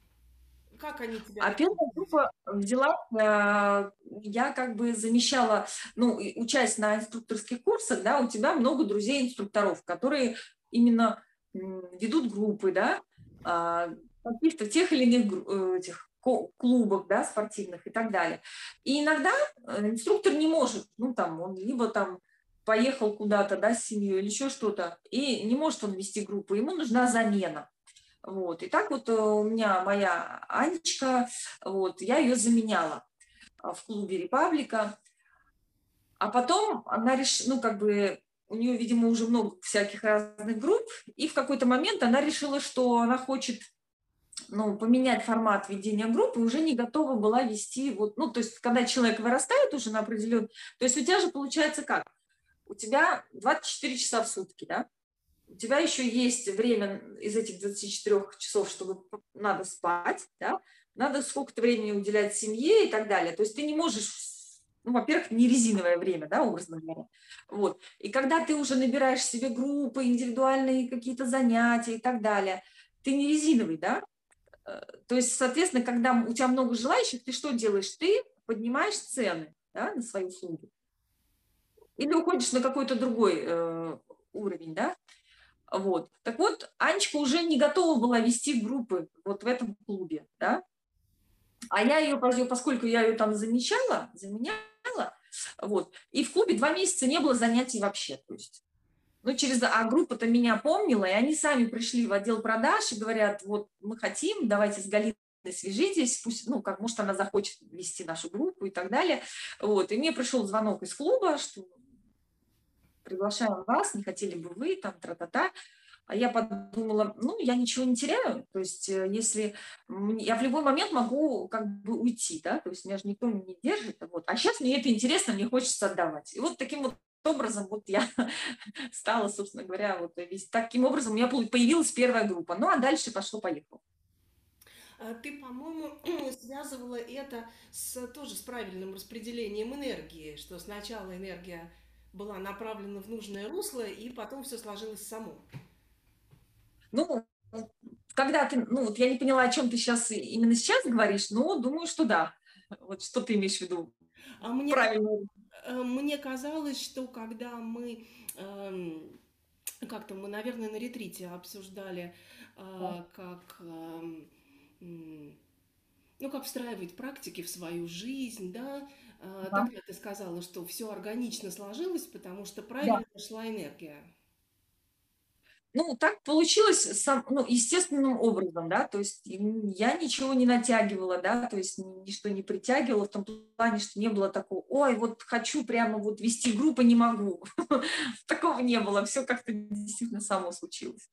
Как они тебя А первая находили? группа взяла, э, я как бы замещала, ну, и учась на инструкторских курсах, да, у тебя много друзей-инструкторов, которые именно м, ведут группы, да, а, каких-то тех или иных гру- э, этих ко- клубах, да, спортивных и так далее. И иногда э, инструктор не может, ну, там, он либо там поехал куда-то, да, с семьей или еще что-то, и не может он вести группу, ему нужна замена. Вот. И так вот э, у меня моя Анечка, вот, я ее заменяла а, в клубе «Репаблика». А потом она решила, ну, как бы, у нее, видимо, уже много всяких разных групп, и в какой-то момент она решила, что она хочет, ну, поменять формат ведения группы, уже не готова была вести, вот, ну, то есть, когда человек вырастает уже на определенный, то есть у тебя же получается как? У тебя двадцать четыре часа в сутки, да? У тебя еще есть время из этих двадцати четырёх часов, чтобы надо спать, да? Надо сколько-то времени уделять семье и так далее. То есть ты не можешь, ну, во-первых, не резиновое время, да, образно говоря. Вот. И когда ты уже набираешь себе группы, индивидуальные какие-то занятия и так далее, ты не резиновый, да? То есть, соответственно, когда у тебя много желающих, ты что делаешь? Ты поднимаешь цены, да, на свои услуги. Или уходишь на какой-то другой э, уровень, да? Вот. Так вот, Анечка уже не готова была вести группы вот в этом клубе, да. А я ее, поскольку я ее там замечала, заменяла, вот, и в клубе два месяца не было занятий вообще, то есть. Ну, через, а группа-то меня помнила, и они сами пришли в отдел продаж и говорят, вот мы хотим, давайте с Галиной свяжитесь, пусть, ну, как, может, она захочет вести нашу группу и так далее. Вот, и мне пришел звонок из клуба, что приглашаем вас, не хотели бы вы, там, тра-та-та. А я подумала, ну, я ничего не теряю, то есть э, если я в любой момент могу как бы уйти, да, то есть меня же никто не держит, вот. А сейчас мне это интересно, мне хочется отдавать. И вот таким вот образом вот я стала, собственно говоря, вот весь таким образом у меня появилась первая группа. Ну, а дальше пошло-поехало. А Ты, по-моему, связывала это с, тоже с правильным распределением энергии, что сначала энергия была направлена в нужное русло, и потом все сложилось само. Ну, когда ты, ну, вот я не поняла, о чем ты сейчас именно сейчас говоришь, но думаю, что да. Вот что ты имеешь в виду? А мне, ка- Правильно. э, мне казалось, что когда мы эм, как-то мы, наверное, на ретрите обсуждали, Да. а, как, ам, м, ну, как встраивать практики в свою жизнь, да. А, Ага. Тогда ты сказала, что все органично сложилось, потому что Да. правильно шла энергия. Ну, так получилось сам, ну, естественным образом, да, то есть м, я ничего не натягивала, да, то есть ни- ничто не притягивала в том плане, что не было такого, ой, вот хочу прямо вот вести группу, не могу. Такого не было, все как-то действительно само случилось.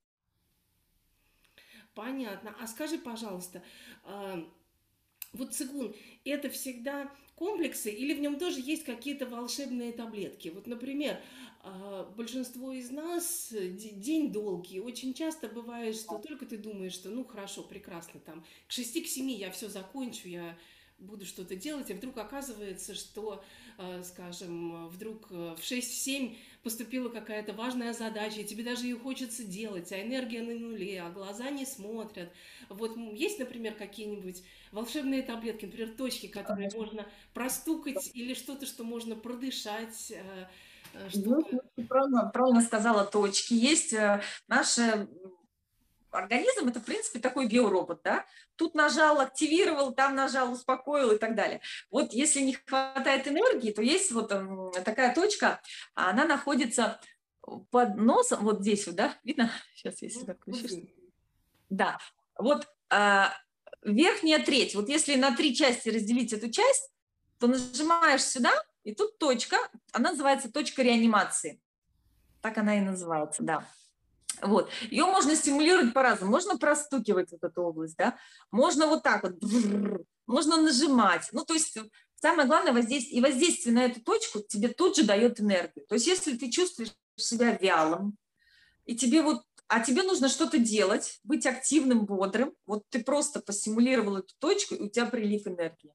Понятно. А скажи, пожалуйста, а, вот цигун — это всегда комплексы или в нем тоже есть какие-то волшебные таблетки? Вот, например, а, большинство из нас э, де- день долгий. Очень часто бывает, что только ты думаешь, что ну хорошо, прекрасно, там к шести, к семи я все закончу, я буду что-то делать, и вдруг оказывается, что, э, скажем, вдруг э, в шесть-семь поступила какая-то важная задача, и тебе даже ее хочется делать, а энергия на нуле, а глаза не смотрят. Вот м, есть, например, какие-нибудь волшебные таблетки, например, точки, которые можно простукать, или что-то, что можно продышать, э, э, Ну, чтобы... ну, ты правильно, правильно сказала, точки есть. э, Наши организм — это, в принципе, такой биоробот, да? Тут нажал, активировал, там нажал, успокоил и так далее. Вот если не хватает энергии, то есть вот м, такая точка, она находится под носом, вот здесь вот, да? Видно? Сейчас, если Ну, так вот включишь. здесь. Да. Вот а, верхняя треть. Вот если на три части разделить эту часть, то нажимаешь сюда, и тут точка, она называется точка реанимации. Так она и называется, да. Вот. Ее можно стимулировать по-разному. Можно простукивать вот эту область, да, можно вот так вот, можно нажимать. Ну, то есть самое главное воздействие, и воздействие на эту точку тебе тут же дает энергию. То есть если ты чувствуешь себя вялым, и тебе вот, а тебе нужно что-то делать, быть активным, бодрым, вот ты просто постимулировал эту точку, и у тебя прилив энергии.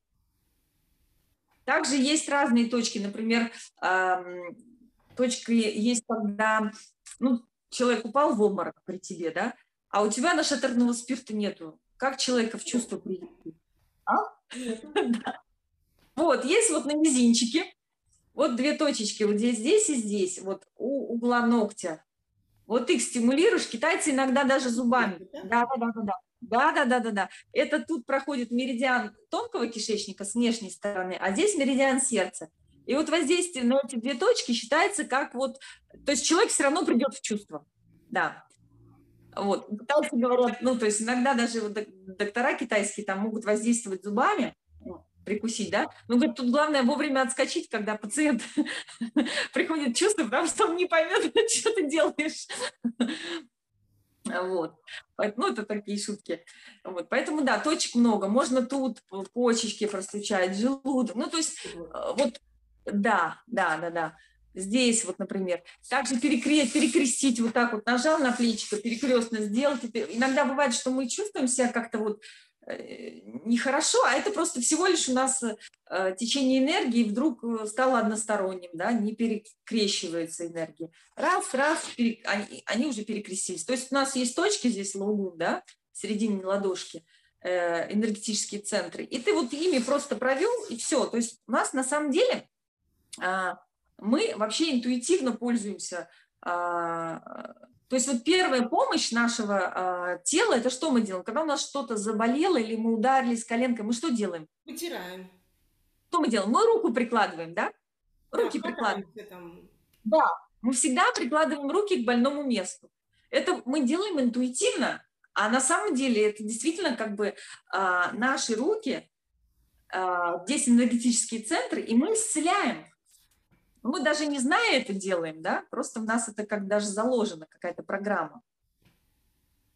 Также есть разные точки, например, эм, точка есть, когда, ну, человек упал в обморок при тебе, да, а у тебя нашатырного спирта нету. Как человека в чувство привести? А? Нету. Да. Вот, есть вот на мизинчике, вот две точечки, вот здесь, здесь и здесь, вот у угла ногтя. Вот их стимулируешь, китайцы иногда даже зубами. Нету, да? Да, да, да, да, да. Да, да, да, да, да. Это тут проходит меридиан тонкого кишечника с внешней стороны, а здесь меридиан сердца. И вот воздействие на эти две точки считается как вот, то есть человек все равно придет в чувство. Да. Вот. Китайцы говорят, ну, то есть иногда даже вот доктора китайские там могут воздействовать зубами, ну, прикусить, да, но говорят, тут главное вовремя отскочить, когда пациент приходит в чувство, потому что он не поймет, что ты делаешь. Вот. Ну, это такие шутки. Вот. Поэтому, да, точек много. Можно тут почечки простучать, желудок. Ну, то есть, Вот. э, вот, да, да, да, да. Здесь вот, например, также перекре- перекрестить вот так вот, нажал на плечико, перекрестно сделать. Иногда бывает, что мы чувствуем себя как-то вот э, нехорошо, а это просто всего лишь у нас э, течение энергии вдруг э, стало односторонним, да, не перекрещивается энергия. Раз, раз, пере, они, они уже перекрестились. То есть у нас есть точки здесь лонгун, да, в середине ладошки, э, энергетические центры, и ты вот ими просто провел, и все. То есть у нас на самом деле э, мы вообще интуитивно пользуемся. Э, то есть вот первая помощь нашего э, тела, это что мы делаем? Когда у нас что-то заболело или мы ударились коленкой, мы что делаем? Вытираем. Что мы делаем? Мы руку прикладываем, да? Да, Руки прикладываем. хватаемся там. Да, мы всегда прикладываем руки к больному месту. Это мы делаем интуитивно, а на самом деле это действительно как бы а, наши руки, а, здесь энергетические центры, и мы исцеляем. Мы даже не зная это делаем, да, просто в нас это как даже заложено, какая-то программа.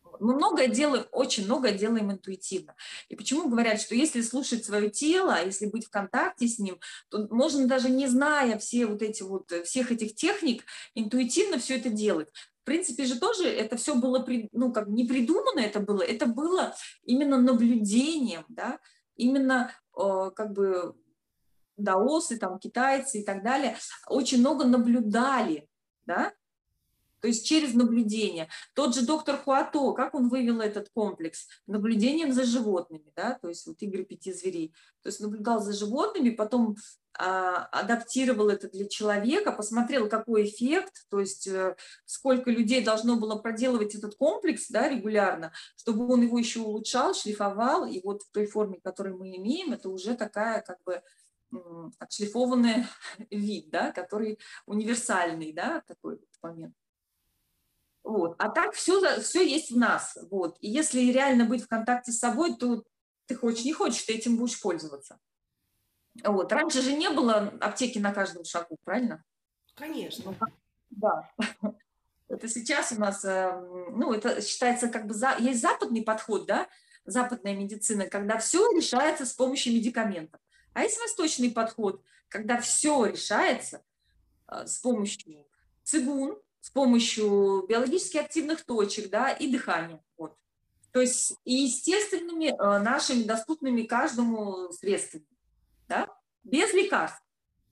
Мы многое делаем, очень многое делаем интуитивно. И почему говорят, что если слушать свое тело, если быть в контакте с ним, то можно даже не зная все вот эти вот, всех этих техник, интуитивно все это делать. В принципе же тоже это все было, ну, как не придумано это было, это было именно наблюдением, да, именно э, как бы даосы, там, китайцы и так далее, очень много наблюдали, да, то есть через наблюдение. Тот же доктор Хуато, как он вывел этот комплекс? Наблюдением за животными, да, то есть вот игры пяти зверей. То есть наблюдал за животными, потом а, адаптировал это для человека, посмотрел, какой эффект, то есть э, сколько людей должно было проделывать этот комплекс, да, регулярно, чтобы он его еще улучшал, шлифовал, и вот в той форме, которую мы имеем, это уже такая как бы отшлифованный вид, да, который универсальный, да, такой вот момент. Вот. А так все, все есть в нас. Вот. И если реально быть в контакте с собой, то ты хочешь, не хочешь, ты этим будешь пользоваться. Вот. Раньше же не было аптеки на каждом шагу, правильно? Конечно. Да. Это сейчас у нас, ну, это считается как бы, за, есть западный подход, да, западная медицина, когда все решается с помощью медикаментов. А есть восточный подход, когда все решается с помощью цигун, с помощью биологически активных точек, да, и дыхания. Вот. То есть и естественными э, нашими доступными каждому средствами, да, без лекарств,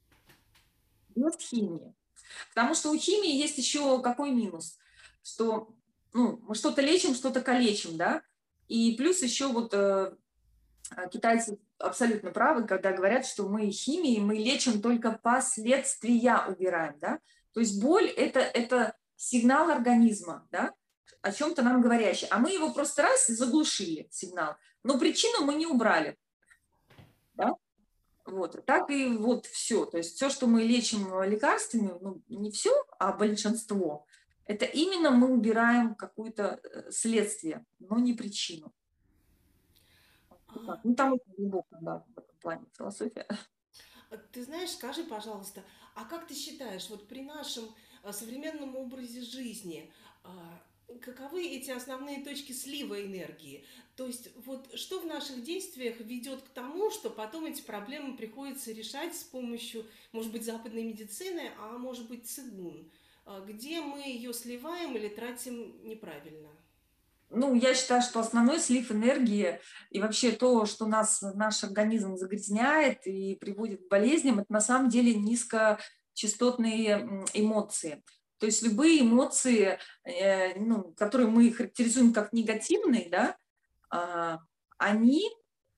без химии. Потому что у химии есть еще какой минус, что ну, мы что-то лечим, что-то калечим, да, и плюс еще вот э, китайцы абсолютно правы, когда говорят, что мы химией, мы лечим только последствия, убираем, да. То есть боль это, – это сигнал организма, да, о чем-то нам говорящий. А мы его просто раз и заглушили, сигнал. Но причину мы не убрали. Да? Вот. Так и вот все. То есть все, что мы лечим лекарствами, ну, не все, а большинство, это именно мы убираем какое-то следствие, но не причину. Ну, там очень глубоко, да, в этом плане философия. Ты знаешь, скажи, пожалуйста, а как ты считаешь, вот при нашем современном образе жизни, каковы эти основные точки слива энергии? То есть вот что в наших действиях ведет к тому, что потом эти проблемы приходится решать с помощью, может быть, западной медицины, а может быть, цигун? Где мы ее сливаем или тратим неправильно? Ну, я считаю, что основной слив энергии и вообще то, что нас, наш организм загрязняет и приводит к болезням, это на самом деле низкочастотные эмоции. То есть любые эмоции, э, ну, которые мы характеризуем как негативные, да, э, они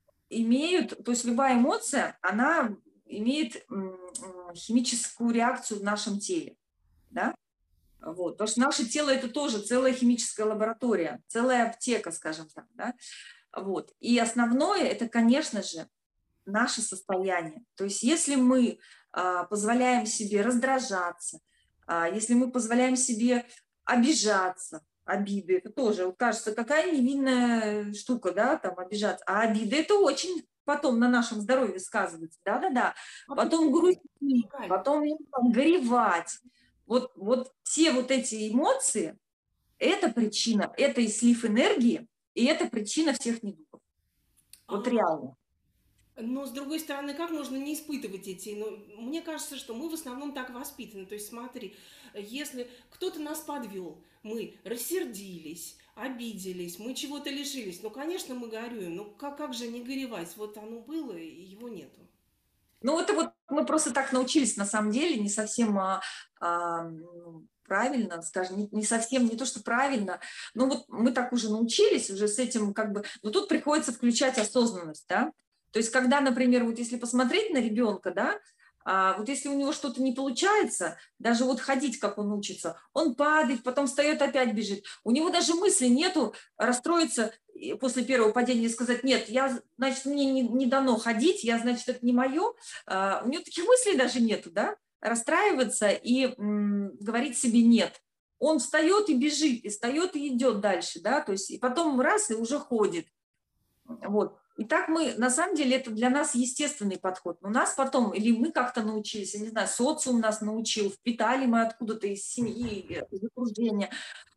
имеют, то есть любая эмоция, она имеет э, химическую реакцию в нашем теле, да. Вот. Потому что наше тело – это тоже целая химическая лаборатория, целая аптека, скажем так. Да? Вот. И основное – это, конечно же, наше состояние. То есть если мы а, позволяем себе раздражаться, а, если мы позволяем себе обижаться, обиды – это тоже, вот кажется, какая невинная штука, да, там обижаться. А обиды – это очень потом на нашем здоровье сказывается. Да-да-да. Потом грустить, потом горевать. Вот, вот все вот эти эмоции – это причина, это и слив энергии, и это причина всех недугов. Вот а, реально. Но, с другой стороны, как можно не испытывать эти… Ну, мне кажется, что мы в основном так воспитаны. То есть смотри, если кто-то нас подвел, мы рассердились, обиделись, мы чего-то лишились, ну, конечно, мы горюем. Ну, как, как же не горевать? Вот оно было, и его нету. Ну, это вот мы просто так научились, на самом деле, не совсем а, а, правильно, скажем, не, не совсем, не то, что правильно, но вот мы так уже научились, уже с этим как бы, но тут приходится включать осознанность, да, то есть когда, например, вот если посмотреть на ребенка, да, а, вот если у него что-то не получается, даже вот ходить, как он учится, он падает, потом встает, опять бежит, у него даже мысли нету расстроиться после первого падения и сказать, нет, я, значит, мне не, не дано ходить, я, значит, это не мое, а, у него таких мыслей даже нету, да, расстраиваться и м, говорить себе нет. Он встает и бежит, и встает и идет дальше, да, то есть и потом раз и уже ходит, вот. И так мы, на самом деле, это для нас естественный подход. Но нас потом, или мы как-то научились, я не знаю, социум нас научил, впитали мы откуда-то из семьи, из окружения.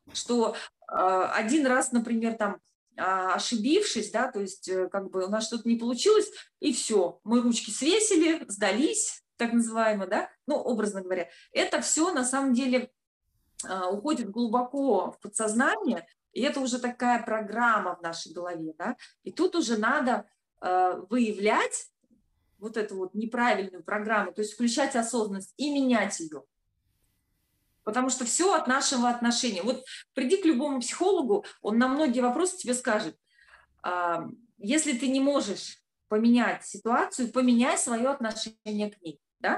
что э, один раз, например, там а, ошибившись, да, то есть э, как бы у нас что-то не получилось, и все, мы ручки свесили, сдались, так называемо, да, ну, образно говоря. Это все на самом деле а, уходит глубоко в подсознание, и это уже такая программа в нашей голове, да, и тут уже надо э, выявлять вот эту вот неправильную программу, то есть включать осознанность и менять ее. Потому что все от нашего отношения. Вот приди к любому психологу, он на многие вопросы тебе скажет, а, если ты не можешь поменять ситуацию, поменяй свое отношение к ней, да?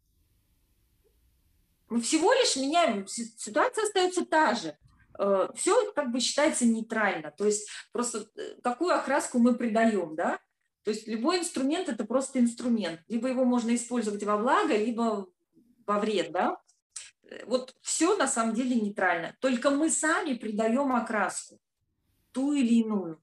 Мы всего лишь меняем, ситуация остается та же. Все как бы считается нейтрально, то есть просто какую окраску мы придаем, да? То есть любой инструмент – это просто инструмент. Либо его можно использовать во благо, либо во вред, да? Вот все на самом деле нейтрально. Только мы сами придаем окраску, ту или иную.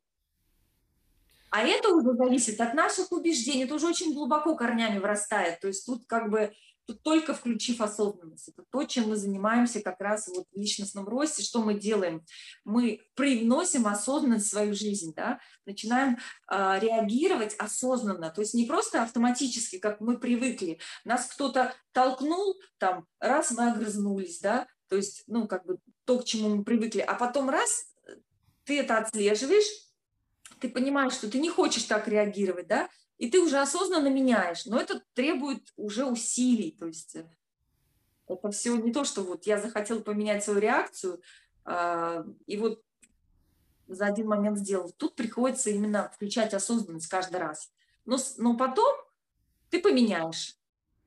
А это уже зависит от наших убеждений, это уже очень глубоко корнями вырастает. То есть тут как бы тут только включив осознанность. Это то, чем мы занимаемся как раз вот в личностном росте. Что мы делаем? Мы привносим осознанность в свою жизнь, да? Начинаем э, реагировать осознанно. То есть не просто автоматически, как мы привыкли. Нас кто-то толкнул, там, раз мы огрызнулись, да? То есть, ну, как бы то, к чему мы привыкли. А потом раз, ты это отслеживаешь, ты понимаешь, что ты не хочешь так реагировать, да, и ты уже осознанно меняешь, но это требует уже усилий, то есть это все не то, что вот я захотела поменять свою реакцию, э, и вот за один момент сделал. Тут приходится именно включать осознанность каждый раз. Но, но потом ты поменяешь.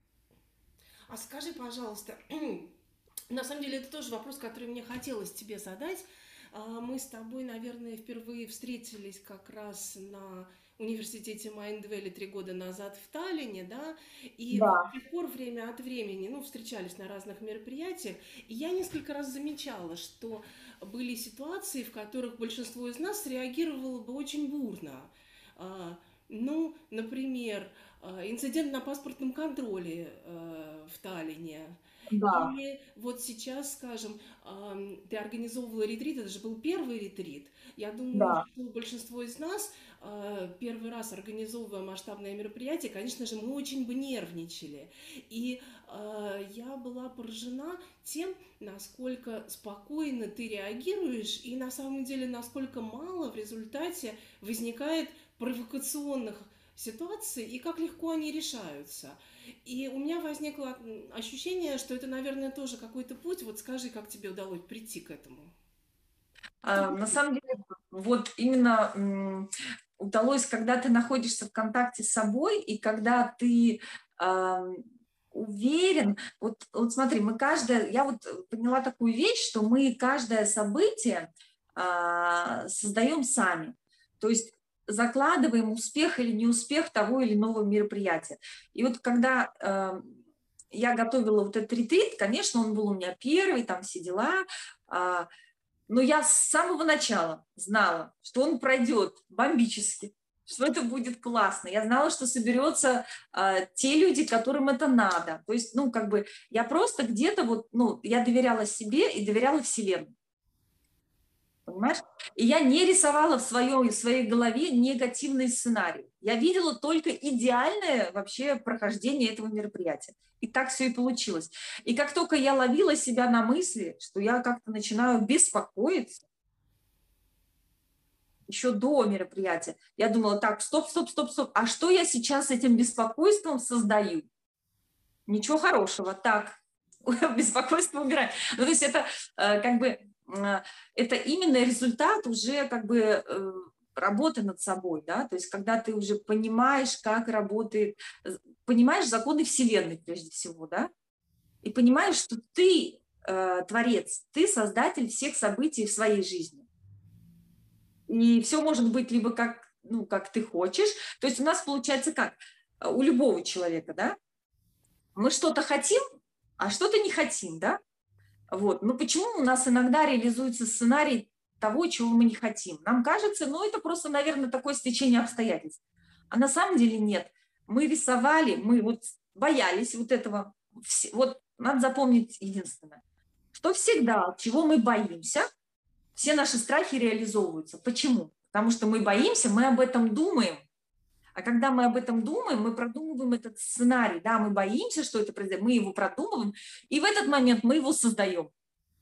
А скажи, пожалуйста, на самом деле это тоже вопрос, который мне хотелось тебе задать. Мы с тобой, наверное, впервые встретились как раз на университете Майндвелли три года назад в Таллине, да, и вот с Да. тех пор время от времени, ну, встречались на разных мероприятиях, и я несколько раз замечала, что были ситуации, в которых большинство из нас реагировало бы очень бурно. А, Ну, например, а, инцидент на паспортном контроле э, в Таллине. Да, Или вот сейчас, скажем, ам, ты организовывала ретрит, это же был первый ретрит. Я думаю, да. что большинство из нас, а, первый раз организовывая масштабное мероприятие, конечно же, мы очень бы нервничали. И а, я была поражена тем, насколько спокойно ты реагируешь, и на самом деле, насколько мало в результате возникает провокационных ситуаций, и как легко они решаются. И у меня возникло ощущение, что это, наверное, тоже какой-то путь. Вот скажи, как тебе удалось прийти к этому? А, на самом деле, вот именно м, удалось, когда ты находишься в контакте с собой, и когда ты а, уверен, вот, вот смотри, мы каждое, я вот поняла такую вещь, что мы каждое событие а, создаем сами. То есть закладываем успех или неуспех того или иного мероприятия. И вот когда а, я готовила вот этот ретрит, конечно, он был у меня первый, там все дела, а, но я с самого начала знала, что он пройдет бомбически, что это будет классно. Я знала, что соберется э, те люди, которым это надо. То есть, ну, как бы я просто где-то вот, ну, я доверяла себе и доверяла Вселенной. Понимаешь? И я не рисовала в, своем, в своей голове негативный сценарий. Я видела только идеальное вообще прохождение этого мероприятия. И так все и получилось. И как только я ловила себя на мысли, что я как-то начинаю беспокоиться, еще до мероприятия, я думала, так, стоп, стоп, стоп, стоп, а что я сейчас с этим беспокойством создаю? Ничего хорошего. Так, беспокойство убираем. Ну, то есть это э, как бы э, это именно результат уже как бы э, работы над собой, да, то есть когда ты уже понимаешь, как работает, э, понимаешь законы Вселенной прежде всего, да, и понимаешь, что ты э, творец, ты создатель всех событий в своей жизни. И все может быть либо как, ну, как ты хочешь. То есть у нас получается как? У любого человека, да? Мы что-то хотим, а что-то не хотим, да? Вот. Но почему у нас иногда реализуется сценарий того, чего мы не хотим? Нам кажется, ну, это просто, наверное, такое стечение обстоятельств. А на самом деле нет. Мы рисовали, мы вот боялись вот этого. Вот надо запомнить единственное, что всегда, чего мы боимся, все наши страхи реализовываются. Почему? Потому что мы боимся, мы об этом думаем. А когда мы об этом думаем, мы продумываем этот сценарий. Да, мы боимся, что это произойдет, мы его продумываем, и в этот момент мы его создаем.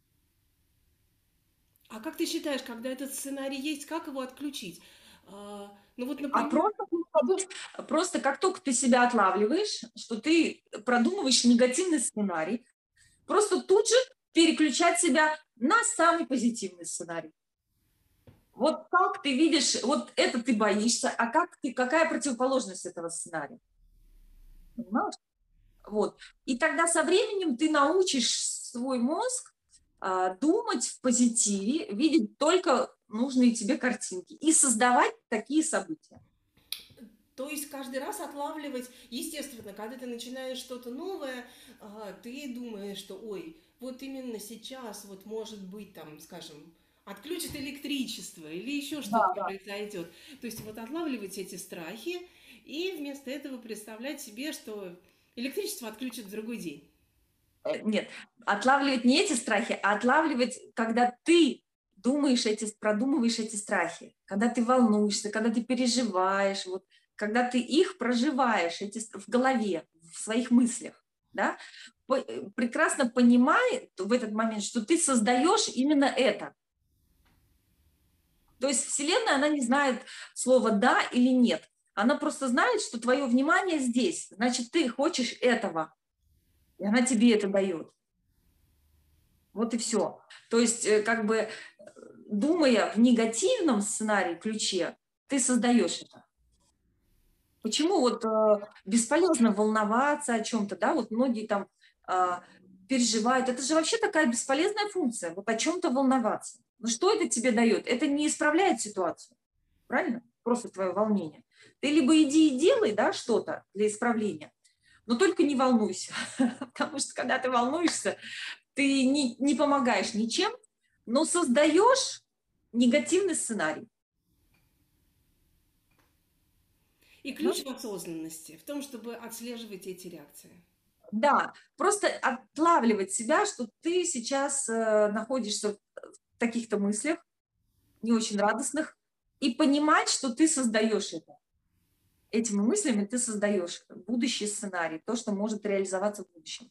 А как ты считаешь, когда этот сценарий есть, как его отключить? А, ну вот, А например... просто, просто как только ты себя отлавливаешь, что ты продумываешь негативный сценарий, просто тут же переключать себя на самый позитивный сценарий. Вот как ты видишь, вот это ты боишься, а как ты, какая противоположность этого сценария? Понимаешь? Вот. И тогда со временем ты научишь свой мозг а, думать в позитиве, видеть только нужные тебе картинки и создавать такие события. То есть каждый раз отлавливать, естественно, когда ты начинаешь что-то новое, ты думаешь, что ой, вот именно сейчас, вот может быть там, скажем, отключат электричество или еще Да, что-то да. произойдет. То есть вот отлавливать эти страхи и вместо этого представлять себе, что электричество отключат в другой день. Нет, отлавливать не эти страхи, а отлавливать, когда ты думаешь эти, продумываешь эти страхи, когда ты волнуешься, когда ты переживаешь, вот, когда ты их проживаешь эти, в голове, в своих мыслях, да, прекрасно понимая в этот момент, что ты создаешь именно это. То есть Вселенная, она не знает слова «да» или «нет». Она просто знает, что твое внимание здесь, значит, ты хочешь этого, и она тебе это дает. Вот и все. То есть, как бы, думая в негативном сценарии, ключе, ты создаешь это. Почему вот э, бесполезно волноваться о чем-то, да, вот многие там э, переживают. Это же вообще такая бесполезная функция, вот о чем-то волноваться. Но что это тебе дает? Это не исправляет ситуацию, правильно? Просто твое волнение. Ты либо иди и делай, да, что-то для исправления, но только не волнуйся, потому что когда ты волнуешься, ты не, не помогаешь ничем, но создаешь негативный сценарий. И ключ в осознанности, в том, чтобы отслеживать эти реакции. Да, просто отлавливать себя, что ты сейчас э, находишься в таких-то мыслях, не очень радостных, и понимать, что ты создаешь это. Этими мыслями ты создаешь будущий сценарий, то, что может реализоваться в будущем.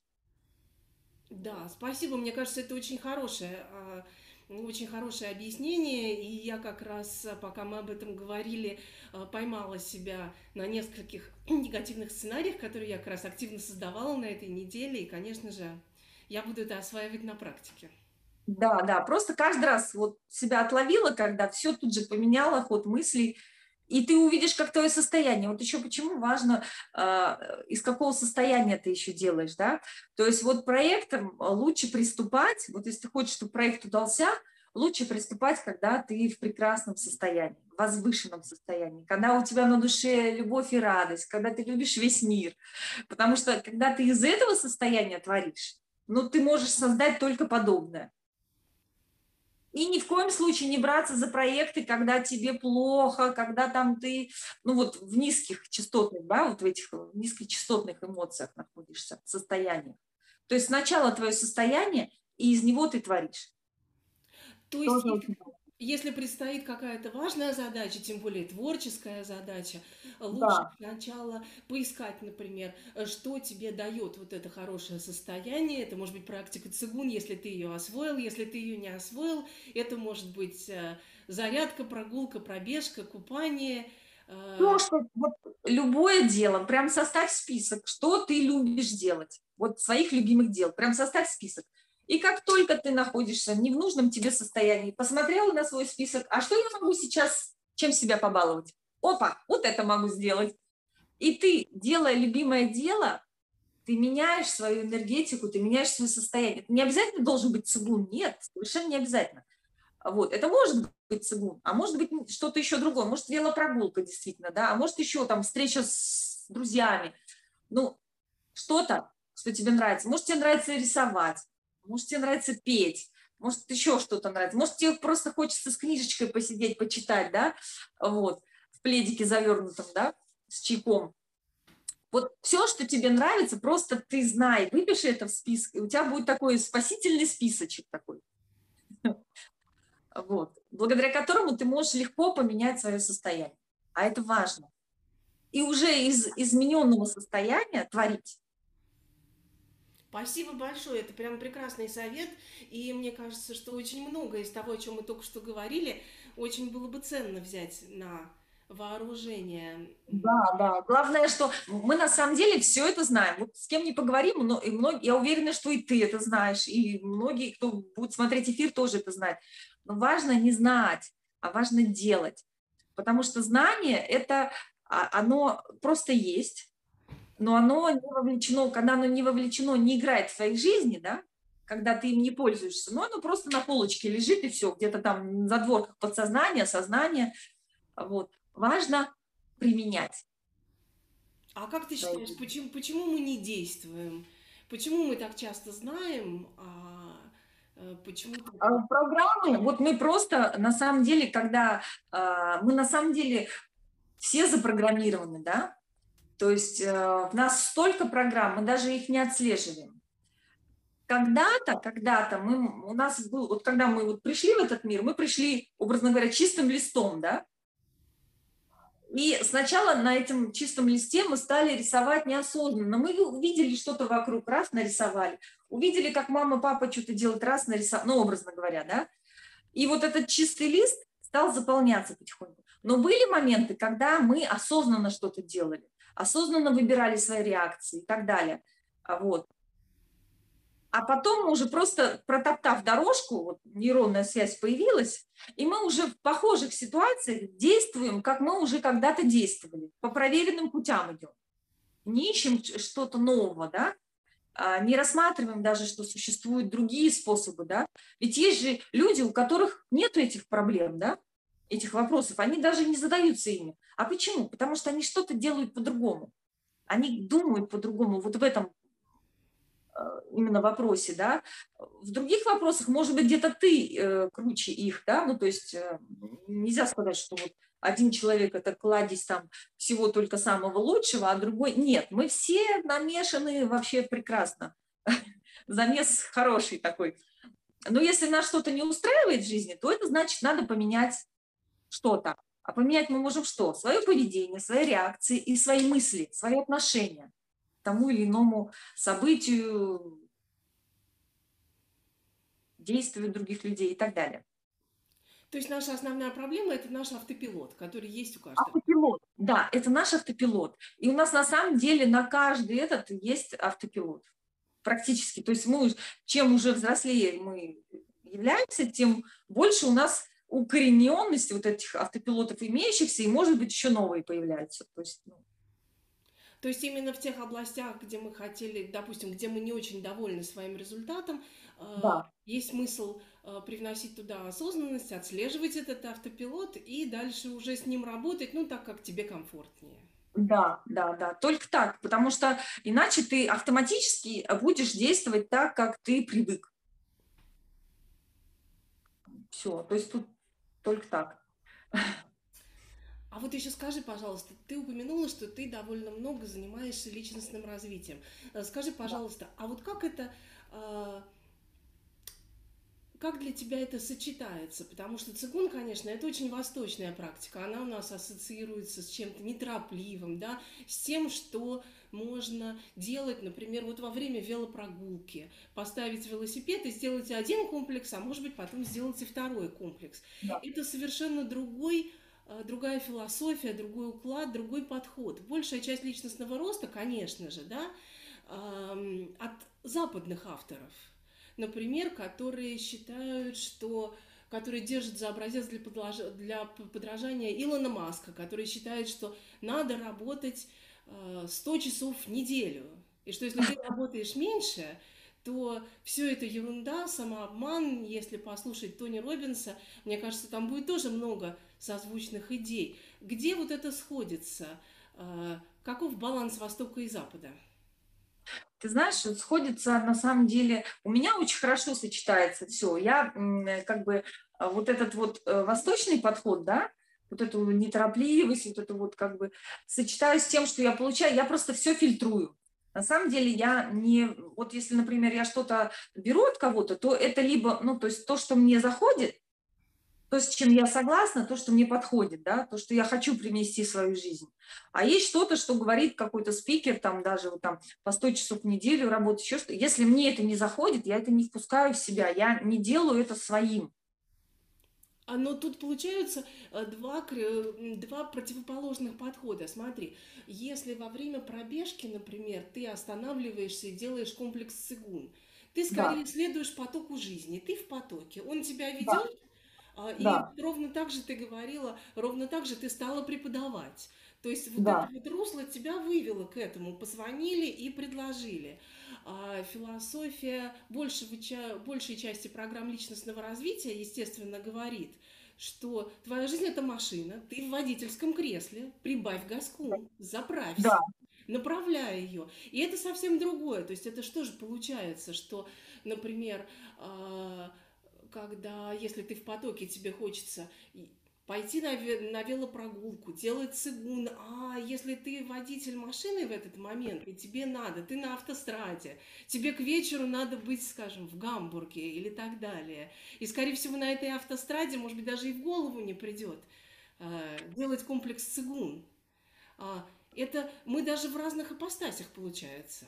Да, спасибо. Мне кажется, это очень хорошее, очень хорошее объяснение. И я как раз, пока мы об этом говорили, поймала себя на нескольких негативных сценариях, которые я как раз активно создавала на этой неделе. И, конечно же, я буду это осваивать на практике. Да, да, просто каждый раз вот себя отловила, когда все тут же поменяла ход мыслей, и ты увидишь, как твое состояние. Вот еще почему важно, э, из какого состояния ты еще делаешь, да? То есть вот проектом лучше приступать, вот если ты хочешь, чтобы проект удался, лучше приступать, когда ты в прекрасном состоянии, в возвышенном состоянии, когда у тебя на душе любовь и радость, когда ты любишь весь мир. Потому что когда ты из этого состояния творишь, ну, ты можешь создать только подобное. И ни в коем случае не браться за проекты, когда тебе плохо, когда там ты, ну вот в низких частотных, да, вот в этих низкочастотных эмоциях находишься, состояниях. То есть сначала твое состояние, и из него ты творишь. То есть, если, если предстоит какая-то важная задача, тем более творческая задача, лучше Да. сначала поискать, например, что тебе дает вот это хорошее состояние. Это может быть практика цигун, если ты ее освоил, если ты ее не освоил. Это может быть зарядка, прогулка, пробежка, купание. То, что вот, любое дело, прям составь список, что ты любишь делать, вот своих любимых дел, прям составь список. И как только ты находишься в ненужном тебе состоянии, посмотрела на свой список, а что я могу сейчас, чем себя побаловать? Опа, вот это могу сделать. И ты, делая любимое дело, ты меняешь свою энергетику, ты меняешь свое состояние. Это не обязательно должен быть цигун, нет, совершенно не обязательно. Вот. Это может быть цигун, а может быть что-то еще другое. Может, велопрогулка действительно, да, а может еще там встреча с друзьями. Ну, что-то, что тебе нравится. Может, тебе нравится рисовать, может, тебе нравится петь, может, еще что-то нравится. Может, тебе просто хочется с книжечкой посидеть, почитать, да, вот, в пледике завернутом, да, с чайком. Вот все, что тебе нравится, просто ты знай, выпиши это в список, и у тебя будет такой спасительный списочек такой. вот, благодаря которому ты можешь легко поменять свое состояние. А это важно. И уже из измененного состояния творить. Спасибо большое, это прям прекрасный совет, и мне кажется, что очень многое из того, о чем мы только что говорили, очень было бы ценно взять на вооружение. Да, да. Главное, что мы на самом деле все это знаем. Вот с кем не поговорим, но и многие, я уверена, что и ты это знаешь, и многие, кто будет смотреть эфир, тоже это знают. Но важно не знать, а важно делать. Потому что знание – это, а, оно просто есть, но оно не вовлечено, когда оно не вовлечено, не играет в твоей жизни, да, когда ты им не пользуешься, но оно просто на полочке лежит и все, где-то там на задворках подсознания, сознания. Вот. Важно применять. А как ты считаешь, почему, почему мы не действуем? Почему мы так часто знаем, а э, почему-то... А программы, вот мы просто, на самом деле, когда а, мы на самом деле все запрограммированы, да, то есть а, в нас столько программ, мы даже их не отслеживаем. Когда-то, когда-то мы, у нас был, вот когда мы вот пришли в этот мир, мы пришли, образно говоря, чистым листом, да, и сначала на этом чистом листе мы стали рисовать неосознанно. Мы увидели что-то вокруг, раз нарисовали. Увидели, как мама, папа что-то делают, раз нарисовали, ну, образно говоря, да. И вот этот чистый лист стал заполняться потихоньку. Но были моменты, когда мы осознанно что-то делали, осознанно выбирали свои реакции и так далее. А вот. А потом мы уже просто протоптав дорожку, вот нейронная связь появилась, и мы уже в похожих ситуациях действуем, как мы уже когда-то действовали. По проверенным путям идем. Не ищем что-то нового, да? А, не рассматриваем даже, что существуют другие способы, да? Ведь есть же люди, у которых нет этих проблем, да? Этих вопросов. Они даже не задаются ими. А почему? Потому что они что-то делают по-другому. Они думают по-другому. Вот в этом именно вопросе, да, в других вопросах, может быть, где-то ты э, круче их, да, ну, то есть э, нельзя сказать, что вот один человек – это кладезь там всего только самого лучшего, а другой – нет, мы все намешаны вообще прекрасно, замес хороший такой. Но если нас что-то не устраивает в жизни, то это значит, надо поменять что-то. А поменять мы можем что? Свое поведение, свои реакции и свои мысли, свои отношения к тому или иному событию, действию других людей и так далее. То есть наша основная проблема – это наш автопилот, который есть у каждого. Автопилот, да, это наш автопилот. И у нас на самом деле на каждый этот есть автопилот. Практически. То есть мы, чем уже взрослее мы являемся, тем больше у нас укорененности вот этих автопилотов имеющихся, и, может быть, еще новые появляются. То есть, ну, То есть именно в тех областях, где мы хотели, допустим, где мы не очень довольны своим результатом, да. есть смысл привносить туда осознанность, отслеживать этот автопилот и дальше уже с ним работать, ну, так, как тебе комфортнее. Да, да, да, только так, потому что иначе ты автоматически будешь действовать так, как ты привык. Все, то есть тут только так. А вот еще скажи, пожалуйста, ты упомянула, что ты довольно много занимаешься личностным развитием. Скажи, пожалуйста, а вот как это, как для тебя это сочетается? Потому что цигун, конечно, это очень восточная практика. Она у нас ассоциируется с чем-то неторопливым, да, с тем, что можно делать, например, вот во время велопрогулки. Поставить велосипед и сделать один комплекс, а может быть потом сделать и второй комплекс. Да. Это совершенно другой, другая философия, другой уклад, другой подход. Большая часть личностного роста, конечно же, да, от западных авторов. Например, которые считают, что, которые держат за образец для, подлож... для подражания Илона Маска, который считает, что надо работать э, сто часов в неделю, и что если ты работаешь меньше, то все это ерунда, самообман. Если послушать Тони Роббинса, мне кажется, там будет тоже много созвучных идей. Где вот это сходится? Э, каков баланс Востока и Запада? Ты знаешь, сходится на самом деле, у меня очень хорошо сочетается все. Я как бы вот этот вот восточный подход, да, вот эту неторопливость, вот это вот как бы сочетаю с тем, что я получаю, я просто все фильтрую. На самом деле я не, вот если, например, я что-то беру от кого-то, то это либо, ну, то есть то, что мне заходит, то, с чем я согласна, то, что мне подходит, да, то, что я хочу привнести в свою жизнь. А есть что-то, что говорит какой-то спикер, там даже вот там по сто часов в неделю работать, еще что. Если мне это не заходит, я это не впускаю в себя, я не делаю это своим. А, но тут получаются э, два, кр- м, два противоположных подхода. Смотри, если во время пробежки, например, ты останавливаешься и делаешь комплекс цигун, ты Да, скорее следуешь потоку жизни, ты в потоке, он тебя да, ведет, а, и да, ровно так же ты говорила, ровно так же ты стала преподавать. То есть вот это да, вот русло тебя вывело к этому, позвонили и предложили. А философия большего, ча- большей части программ личностного развития, естественно, говорит, что твоя жизнь – это машина, ты в водительском кресле, прибавь газку, да. заправься, направляй ее. И это совсем другое. То есть это что же получается, что, например, а, когда, если ты в потоке, тебе хочется и пойти на, ве- на велопрогулку, делать цигун, а если ты водитель машины в этот момент, и тебе надо, ты на автостраде, тебе к вечеру надо быть, скажем, в Гамбурге или так далее. И, скорее всего, на этой автостраде, может быть, даже и в голову не придет э, делать комплекс цигун. А, это мы даже в разных ипостасях получается.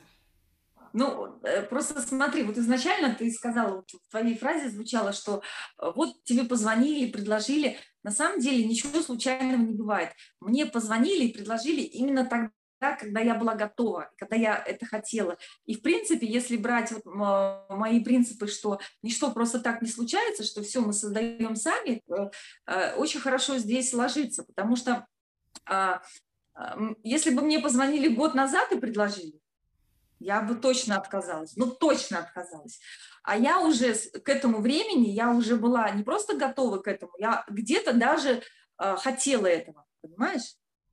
Ну, э, просто смотри, вот изначально ты сказала, вот в твоей фразе звучало, что э, вот тебе позвонили, предложили. На самом деле ничего случайного не бывает. Мне позвонили и предложили именно тогда, когда я была готова, когда я это хотела. И, в принципе, если брать вот м, мои принципы, что ничто просто так не случается, что все мы создаем сами, э, э, очень хорошо здесь ложится, потому что а, а, м, если бы мне позвонили год назад и предложили, я бы точно отказалась, ну точно отказалась. А я уже к этому времени, я уже была не просто готова к этому, я где-то даже э, хотела этого, понимаешь?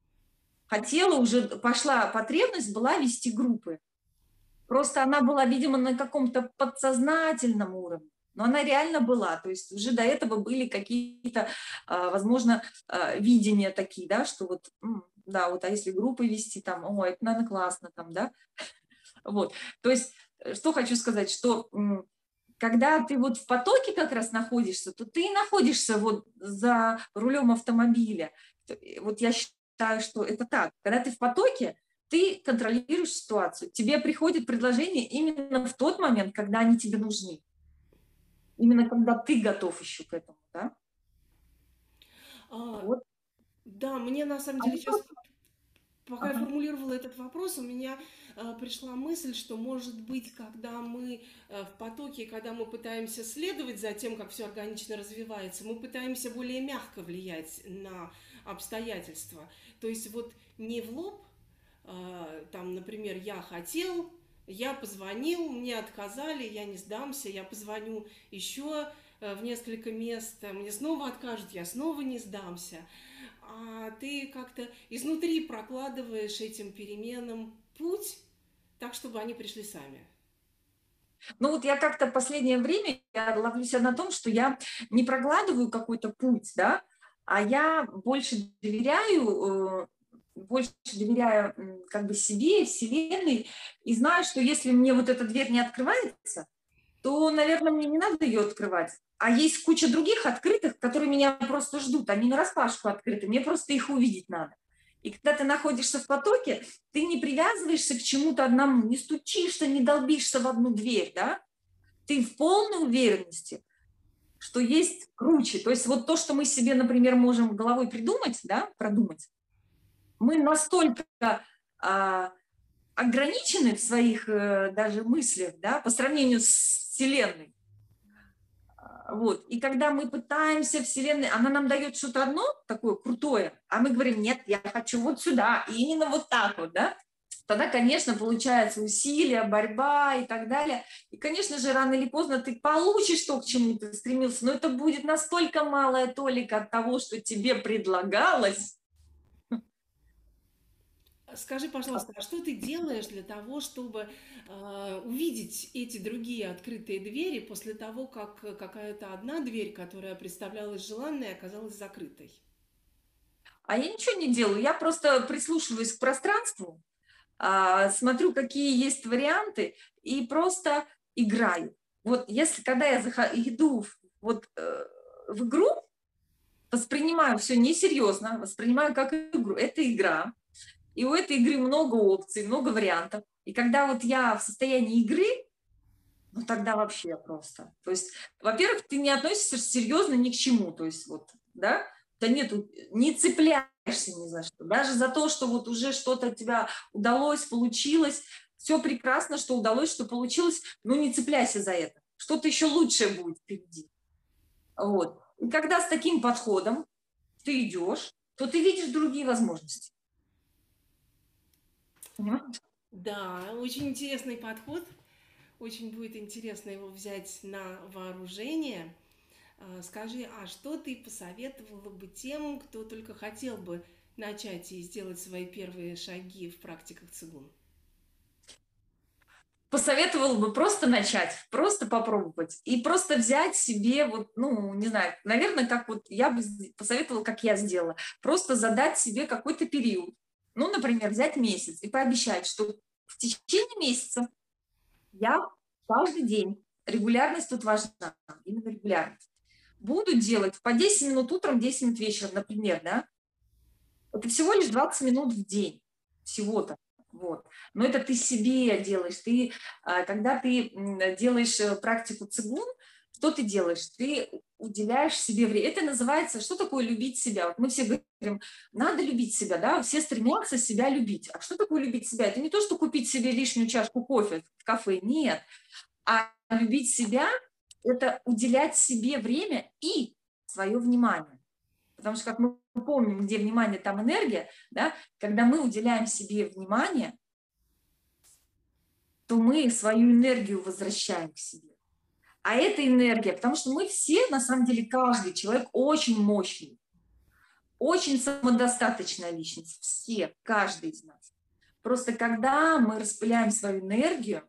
Хотела уже, пошла потребность была вести группы. Просто она была, видимо, на каком-то подсознательном уровне. Но она реально была. То есть уже до этого были какие-то, э, возможно, э, видения такие, да, что вот, м, да, вот, а если группы вести, там, о, это, наверное, классно, там, да, вот. То есть, э, что хочу сказать, что когда ты вот в потоке как раз находишься, то ты и находишься вот за рулем автомобиля. Вот я считаю, что это так. Когда ты в потоке, ты контролируешь ситуацию. Тебе приходит предложение именно в тот момент, когда они тебе нужны. Именно когда ты готов еще к этому, да? А, Вот. да, мне на самом А деле не сейчас, просто- пока я Ага. формулировала этот вопрос, у меня э, пришла мысль, что, может быть, когда мы э, в потоке, когда мы пытаемся следовать за тем, как все органично развивается, мы пытаемся более мягко влиять на обстоятельства. То есть вот не в лоб, э, там, например, я хотел, я позвонил, мне отказали, я не сдамся, я позвоню еще э, в несколько мест, э, мне снова откажут, я снова не сдамся. А ты как-то изнутри прокладываешь этим переменам путь, так, чтобы они пришли сами. Ну вот я как-то в последнее время я ловлю себя на том, что я не прокладываю какой-то путь, да, а я больше доверяю, э, больше доверяю м, как бы себе, Вселенной, и знаю, что если мне вот эта дверь не открывается, то, наверное, мне не надо ее открывать. А есть куча других открытых, которые меня просто ждут. Они нараспашку открыты, мне просто их увидеть надо. И когда ты находишься в потоке, ты не привязываешься к чему-то одному, не стучишься, не долбишься в одну дверь, да? Ты в полной уверенности, что есть круче. То есть вот то, что мы себе, например, можем головой придумать, да, продумать, мы настолько а, ограничены в своих э, даже мыслях, да, по сравнению с Вселенной. Вот. И когда мы пытаемся, Вселенная, она нам дает что-то одно такое крутое, а мы говорим, нет, я хочу вот сюда, и именно вот так вот, да, тогда, конечно, получается усилия, борьба и так далее. И, конечно же, рано или поздно ты получишь то, к чему ты стремился, но это будет настолько малая толика от того, что тебе предлагалось. Скажи, пожалуйста, а что ты делаешь для того, чтобы э, увидеть эти другие открытые двери после того, как какая-то одна дверь, которая представлялась желанной, оказалась закрытой? А я ничего не делаю, я просто прислушиваюсь к пространству, а, смотрю, какие есть варианты, и просто играю. Вот если, когда я захо- иду в, вот, э, в игру, воспринимаю все несерьезно, воспринимаю как игру. Это игра, и у этой игры много опций, много вариантов. И когда вот я в состоянии игры, ну тогда вообще просто. То есть, во-первых, ты не относишься серьезно ни к чему, то есть вот, да, да нету, не цепляешься ни за что. Даже за то, что вот уже что-то у тебя удалось, получилось, все прекрасно, что удалось, что получилось, но не цепляйся за это. Что-то еще лучшее будет впереди. Вот. И когда с таким подходом ты идешь, то ты видишь другие возможности. Понимаешь? Да, очень интересный подход. Очень будет интересно его взять на вооружение. А, Скажи, а что ты посоветовала бы тем, кто только хотел бы начать и сделать свои первые шаги в практиках цигун? Посоветовала бы просто начать, просто попробовать и просто взять себе вот, ну, не знаю, наверное, как вот я бы с- посоветовала, как я сделала, просто задать себе какой-то период, ну, например, взять месяц и пообещать, что в течение месяца я каждый день, регулярность тут важна, именно регулярность, буду делать по десять минут утром, десять минут вечером, например, да, это всего лишь двадцать минут в день, всего-то. Вот. Но это ты себе делаешь. Ты, а, когда ты м, делаешь э, практику цигун, что ты делаешь? Ты уделяешь себе время. Это называется, что такое любить себя? Вот мы все говорим, надо любить себя, да, все стремятся себя любить. А что такое любить себя? Это не то, что купить себе лишнюю чашку кофе в кафе, нет. А любить себя– это уделять себе время и свое внимание. Потому что, как мы помним, где внимание, там энергия, да, когда мы уделяем себе внимание, то мы свою энергию возвращаем к себе. А эта энергия, потому что мы все, на самом деле, каждый человек очень мощный, очень самодостаточная личность, все, каждый из нас. Просто когда мы распыляем свою энергию,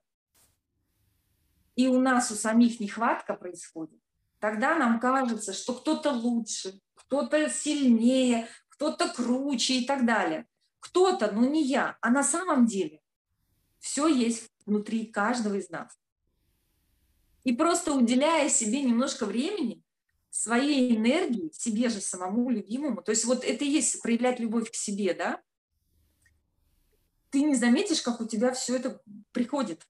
и у нас у самих нехватка происходит, тогда нам кажется, что кто-то лучше, кто-то сильнее, кто-то круче и так далее. Кто-то, но не я. А на самом деле все есть внутри каждого из нас. И просто уделяя себе немножко времени, своей энергии, себе же самому любимому, то есть вот это и есть проявлять любовь к себе, да, ты не заметишь, как у тебя все это приходит.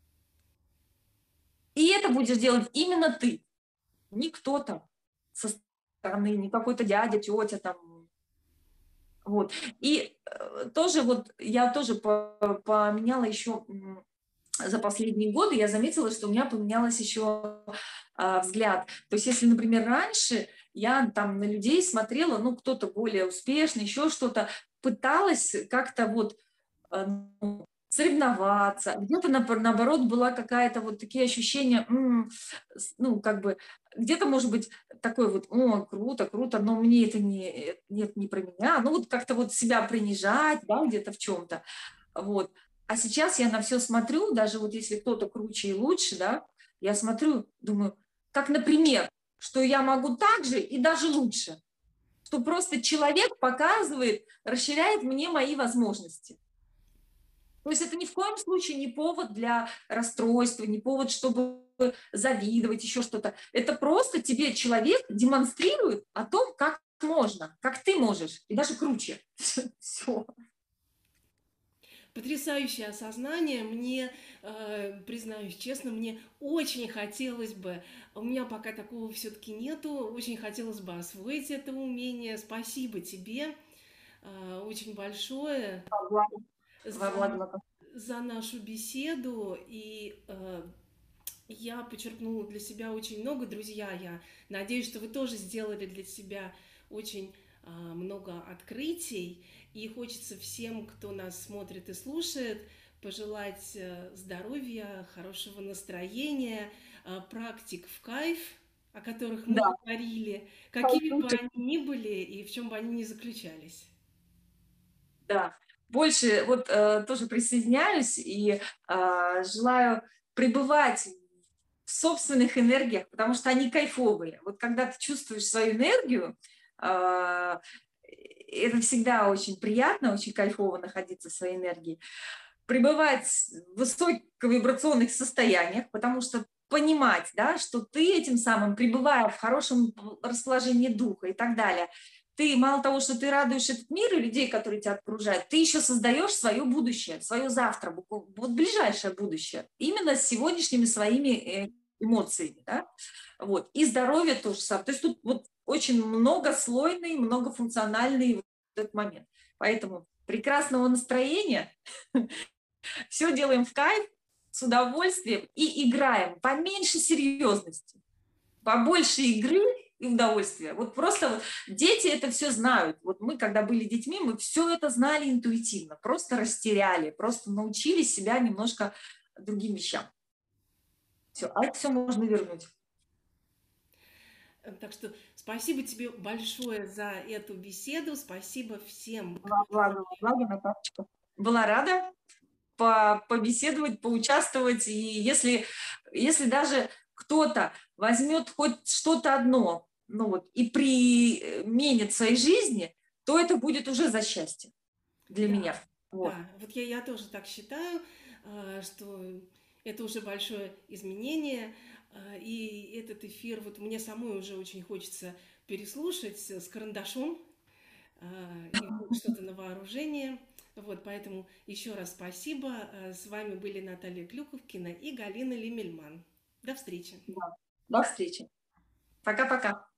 И это будешь делать именно ты, не кто-то со стороны, не какой-то дядя, тетя там. Вот. И э, тоже вот я тоже по- поменяла еще за последние годы, я заметила, что у меня поменялось еще а, взгляд. То есть если, например, раньше я там на людей смотрела, ну, кто-то более успешный, еще что-то, пыталась как-то вот э, ну, соревноваться, где-то наоборот была какая-то вот такие ощущения, м, ну, как бы, где-то, может быть, такой вот, о, круто, круто, но мне это не, нет, не про меня, ну, вот как-то вот себя принижать, да, где-то в чем-то, вот. А сейчас я на все смотрю, даже вот если кто-то круче и лучше, да, я смотрю, думаю, как, например, что я могу так же и даже лучше, что просто человек показывает, расширяет мне мои возможности. То есть это ни в коем случае не повод для расстройства, не повод, чтобы завидовать, еще что-то. Это просто тебе человек демонстрирует о том, как можно, как ты можешь, и даже круче. Все. Потрясающее осознание. Мне, э, признаюсь честно, мне очень хотелось бы, у меня пока такого все-таки нету, очень хотелось бы освоить это умение. Спасибо тебе э, очень большое Во за, благо. за нашу беседу. И э, я почерпнула для себя очень много, друзья. Я надеюсь, что вы тоже сделали для себя очень а, много открытий. И хочется всем, кто нас смотрит и слушает, пожелать э, здоровья, хорошего настроения, а, практик в кайф, о которых мы Да. говорили, какими бы они ни были и в чем бы они ни заключались. Да, больше вот э, тоже присоединяюсь и э, желаю пребывать в собственных энергиях, потому что они кайфовые. Вот когда ты чувствуешь свою энергию, э, это всегда очень приятно, очень кайфово находиться в своей энергии. Пребывать в высоковибрационных состояниях, потому что понимать, да, что ты этим самым, пребывая в хорошем расположении духа и так далее, ты мало того, что ты радуешь этот мир и людей, которые тебя окружают, ты еще создаешь свое будущее, свое завтра, вот ближайшее будущее, именно с сегодняшними своими эмоциями, да? Вот. И здоровье тоже самое. То есть тут вот очень многослойный, многофункциональный вот этот момент. Поэтому прекрасного настроения, все делаем в кайф, с удовольствием и играем. Поменьше серьезности, побольше игры и удовольствия. Вот просто вот дети это все знают. Вот мы, когда были детьми, мы все это знали интуитивно, просто растеряли, просто научились себя немножко другим вещам. Все, а это все можно вернуть. Так что спасибо тебе большое за эту беседу. Спасибо всем. Благо, благо, Наташечка. Была рада по побеседовать, поучаствовать. И если, если даже кто-то возьмет хоть что-то одно, ну вот, и применит в своей жизни, то это будет уже за счастье для Да, меня. Вот. да, вот я, я тоже так считаю, что это уже большое изменение. И этот эфир, вот мне самой уже очень хочется переслушать с карандашом и что-то на вооружение. Вот, поэтому еще раз спасибо. С вами были Наталья Клюковкина и Галина Лимельман. До встречи. Да. До встречи. Пока-пока.